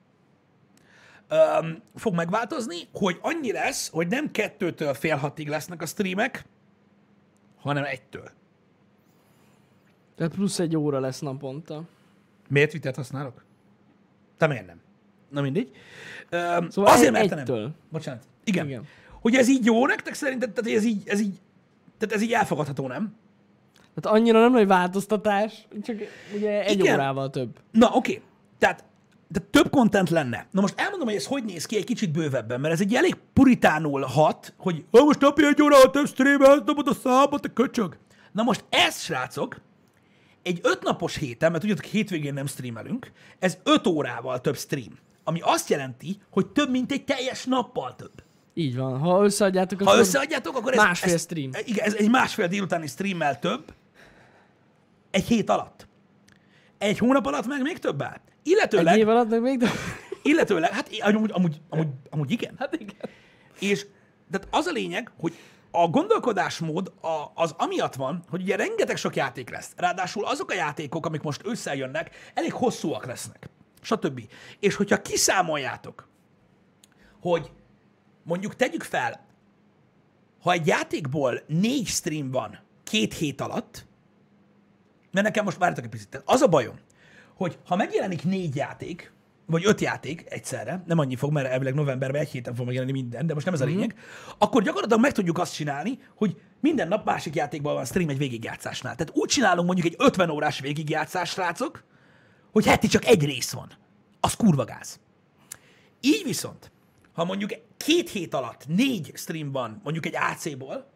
A: fog megváltozni, hogy annyi lesz, hogy nem 2-től fél 6-ig lesznek a streamek, hanem 1-től.
B: Tehát plusz 1 óra lesz naponta.
A: Miért Twittert használok? Te miért nem? Na mindegy.
B: Szóval
A: Azért, mert te
B: egytől.
A: nem. Bocsánat. Igen.
B: Igen.
A: Hogy ez így jó nektek szerinted? Tehát ez így elfogadható, nem?
B: Tehát annyira nem nagy változtatás, csak ugye 1
A: Igen.
B: órával több.
A: Na, oké. Tehát több content lenne. Na most elmondom, hogy ez hogy néz ki egy kicsit bővebben, mert ez egy elég puritánul hat, hogy most napi 1 óra több streamel, dobod a számot, a köcsög. Na most ez, srácok, egy 5 napos héten, mert tudjátok, hétvégén nem streamelünk, ez 5 órával több stream. Ami azt jelenti, hogy több, mint egy teljes nappal több.
B: Így van. Ha összeadjátok,
A: Ha összeadjátok, akkor ez...
B: másfél stream.
A: Igen, ez egy másfél délutáni streammel több. Egy hét alatt. Egy hónap alatt meg még többel. Illetőleg...
B: Egy év alatt meg még több.
A: Illetőleg, hát amúgy igen.
B: Hát igen.
A: És tehát az a lényeg, hogy a gondolkodásmód az amiatt van, hogy ugye rengeteg sok játék lesz. Ráadásul azok a játékok, amik most összejönnek, elég hosszúak lesznek. Stb. És hogyha kiszámoljátok, hogy mondjuk tegyük fel, ha egy játékból 4 stream van 2 hét alatt, mert nekem most várjatok egy picit, az a bajom, hogy ha megjelenik 4 játék, vagy 5 játék egyszerre, nem annyi fog, mert elvileg novemberben egy héten fog megjelenni minden, de most nem ez a lényeg, akkor gyakorlatilag meg tudjuk azt csinálni, hogy minden nap másik játékban van stream egy végigjátszásnál. Tehát úgy csinálunk mondjuk egy 50 órás végigjátszás, srácok, hogy heti csak egy rész van. Az kurva gáz. Így viszont, ha mondjuk 2 hét alatt 4 stream van mondjuk egy AC-ból,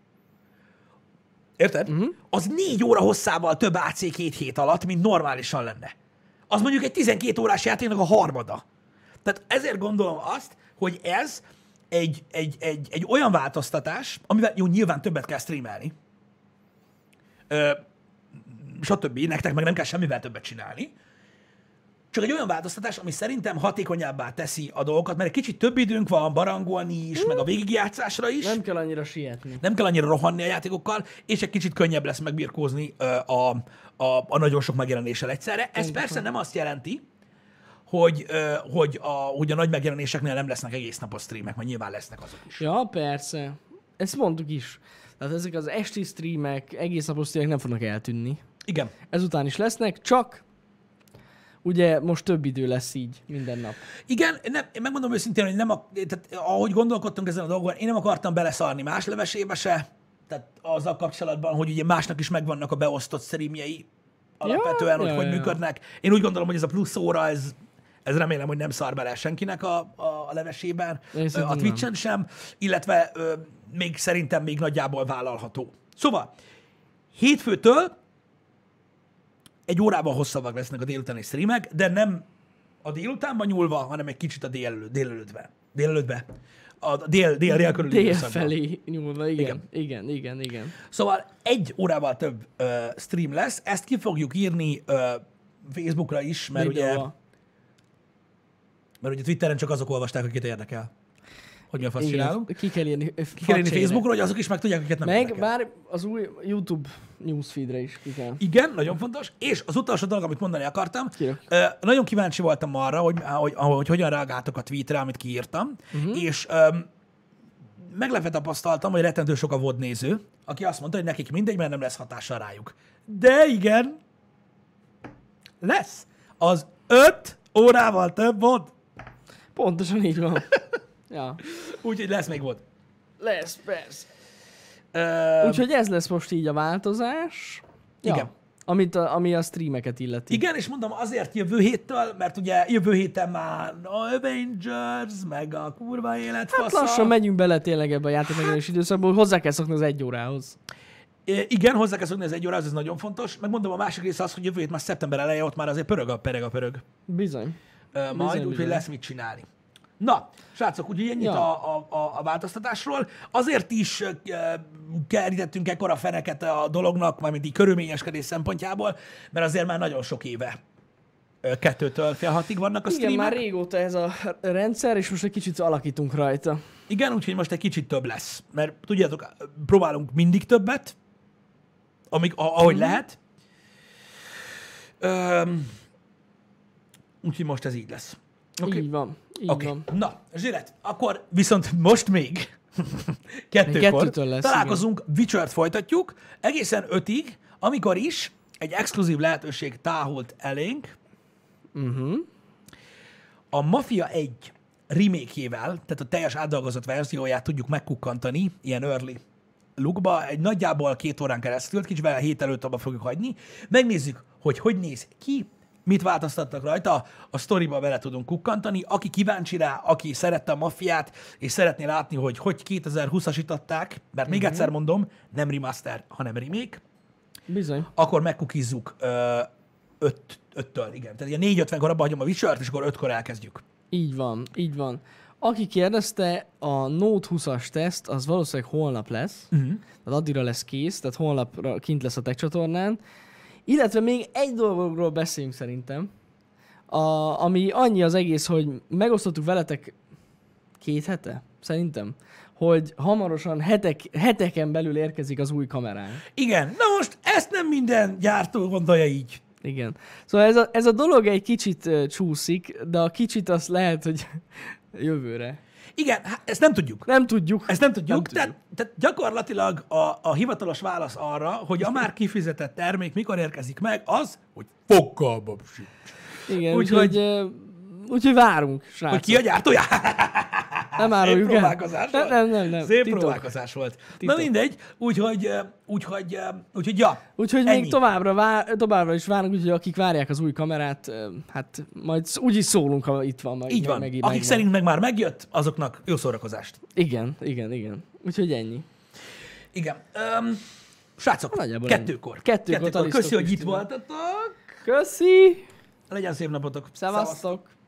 A: érted? Az 4 óra hosszával több AC 2 hét alatt, mint normálisan lenne. Az mondjuk egy 12 órás játéknak a harmada. Tehát ezért gondolom azt, hogy ez egy olyan változtatás, amivel jó, nyilván többet kell streamelni, stb. Nektek meg nem kell semmivel többet csinálni, csak egy olyan változtatás, ami szerintem hatékonyabbá teszi a dolgokat, mert egy kicsit több időnk van barangolni is, meg a végigjátszásra is.
B: Nem kell annyira sietni.
A: Nem kell annyira rohanni a játékokkal, és egy kicsit könnyebb lesz megbirkózni a nagyon sok megjelenéssel egyszerre. Ez persze nem azt jelenti, hogy a nagy megjelenéseknél nem lesznek egész napos streamek, mert nyilván lesznek azok is.
B: Ja, persze. Ezt mondtuk is. Tehát ezek az esti streamek, egész napos streamek nem fognak eltűnni.
A: Igen.
B: Ezután is lesznek, csak ugye most több idő lesz így minden nap.
A: Igen, nem, én megmondom őszintén, hogy tehát, ahogy gondolkodtunk ezen a dolgon, én nem akartam beleszarni más levesébe se, tehát azzal kapcsolatban, hogy ugye másnak is megvannak a beosztott streamjei alapvetően, hogy hogy működnek. Én úgy gondolom, hogy ez a plusz óra, ez remélem, hogy nem szar bele senkinek a levesében, a Twitch-en sem, illetve még szerintem még nagyjából vállalható. Szóval, hétfőtől egy órával hosszabbak lesznek a délutáni streamek, de nem a délutánban nyúlva, hanem egy kicsit a délelőttbe. A dél körüli
B: Dél felé nyúlva, igen.
A: Szóval egy órával több stream lesz, ezt ki fogjuk írni Facebookra is, mert ugye Twitteren csak azok olvasták, akiket érdekel, hogy mi a fasz csinálunk.
B: Ki kell írni
A: Facebookra, hogy azok is meg tudják, akiket nem érdekel.
B: Bár az új YouTube newsfeedre is ki kell.
A: Igen, nagyon fontos. És az utolsó dolog, amit mondani akartam, nagyon kíváncsi voltam arra, hogy hogyan reagáltok a tweetre, amit kiírtam, és meglepve tapasztaltam, hogy rettentő sok a VOD néző, aki azt mondta, hogy nekik mindegy, mert nem lesz hatással rájuk. De igen, lesz. Az 5 órával több VOD.
B: Pontosan így van. Ja.
A: Úgyhogy lesz még VOD.
B: Lesz, persze. Úgyhogy ez lesz most így a változás.
A: Igen.
B: Ja, ami a streameket illeti.
A: Igen, és mondom azért jövő héttől, mert ugye jövő héten már Avengers, meg a kurva élet
B: Hát lassan megyünk bele tényleg ebbe a játékmegjelenés időszakban, hogy hozzá kell szokni az 1 órához.
A: Igen, hozzá kell szokni az 1 órához, ez nagyon fontos. Megmondom, a másik része az, hogy jövő hét már szeptember eleje, ott már azért pörög a pörög.
B: Bizony.
A: Majd, úgyhogy lesz mit csinálni. Na, srácok, úgyhogy ennyit a változtatásról. Azért is kerítettünk ekkora feneket a dolognak, mármint így körülményeskedés szempontjából, mert azért már nagyon sok éve 2-től fél 6-ig vannak a streamek.
B: Igen, már régóta ez a rendszer, és most egy kicsit alakítunk rajta.
A: Igen, úgyhogy most egy kicsit több lesz. Mert tudjátok, próbálunk mindig többet, ahogy lehet. Úgyhogy most ez így lesz.
B: Okay. Így van. Így van.
A: Na, Zsiret, akkor viszont most még 2-kor találkozunk, Witcher-t folytatjuk, egészen 5-ig, amikor is egy exkluzív lehetőség táhult elénk. A Mafia 1 remake-jével, tehát a teljes átdolgozott verzióját tudjuk megkukkantani, ilyen early lookba, egy nagyjából 2 órán keresztül, kicsivel a hét előtt abba fogjuk hagyni. Megnézzük, hogy néz ki, mit változtattak rajta, a sztoriba bele tudunk kukkantani. Aki kíváncsi rá, aki szerette a Mafiát, és szeretné látni, hogy 2020-asították, mert még egyszer mondom, nem remaster, hanem remake.
B: Bizony.
A: Akkor megkukizzuk 5-től, igen. Tehát ilyen 4:50-kor abba hagyom a Witcher-t, és akkor 5-kor elkezdjük.
B: Így van. Aki kérdezte, a Note 20-as teszt, az valószínűleg holnap lesz. Tehát addigra lesz kész, tehát holnapra kint lesz a Tech csatornán. Illetve még egy dologról beszéljünk szerintem, ami annyi az egész, hogy megosztottuk veletek 2 hete, szerintem, hogy hamarosan heteken belül érkezik az új kameránk.
A: Igen, na most ezt nem minden gyártó gondolja így.
B: Igen. Szóval ez a dolog egy kicsit csúszik, de a kicsit az lehet, hogy jövőre.
A: Igen, ezt nem tudjuk. Ezt nem tudjuk. Tehát gyakorlatilag a hivatalos válasz arra, hogy a már kifizetett termék mikor érkezik meg, az, hogy fokkal sincs.
B: Igen, úgyhogy várunk, srácok.
A: Hogy ki a gyártója?
B: Nem áruljuk
A: el. Próbálkozás volt.
B: Nem.
A: Szép próbálkozás volt. Titok. Na mindegy, úgyhogy ja.
B: Úgyhogy még továbbra is várunk, úgyhogy akik várják az új kamerát, hát majd úgyis szólunk, ha itt van.
A: Így van. Akik szerint meg már megjött, azoknak jó szórakozást.
B: Igen. Úgyhogy ennyi.
A: Igen. Srácok, 2-kor. Köszi, hogy itt voltatok.
B: Köszi.
A: Legyen szép napotok.
B: Szevasztok.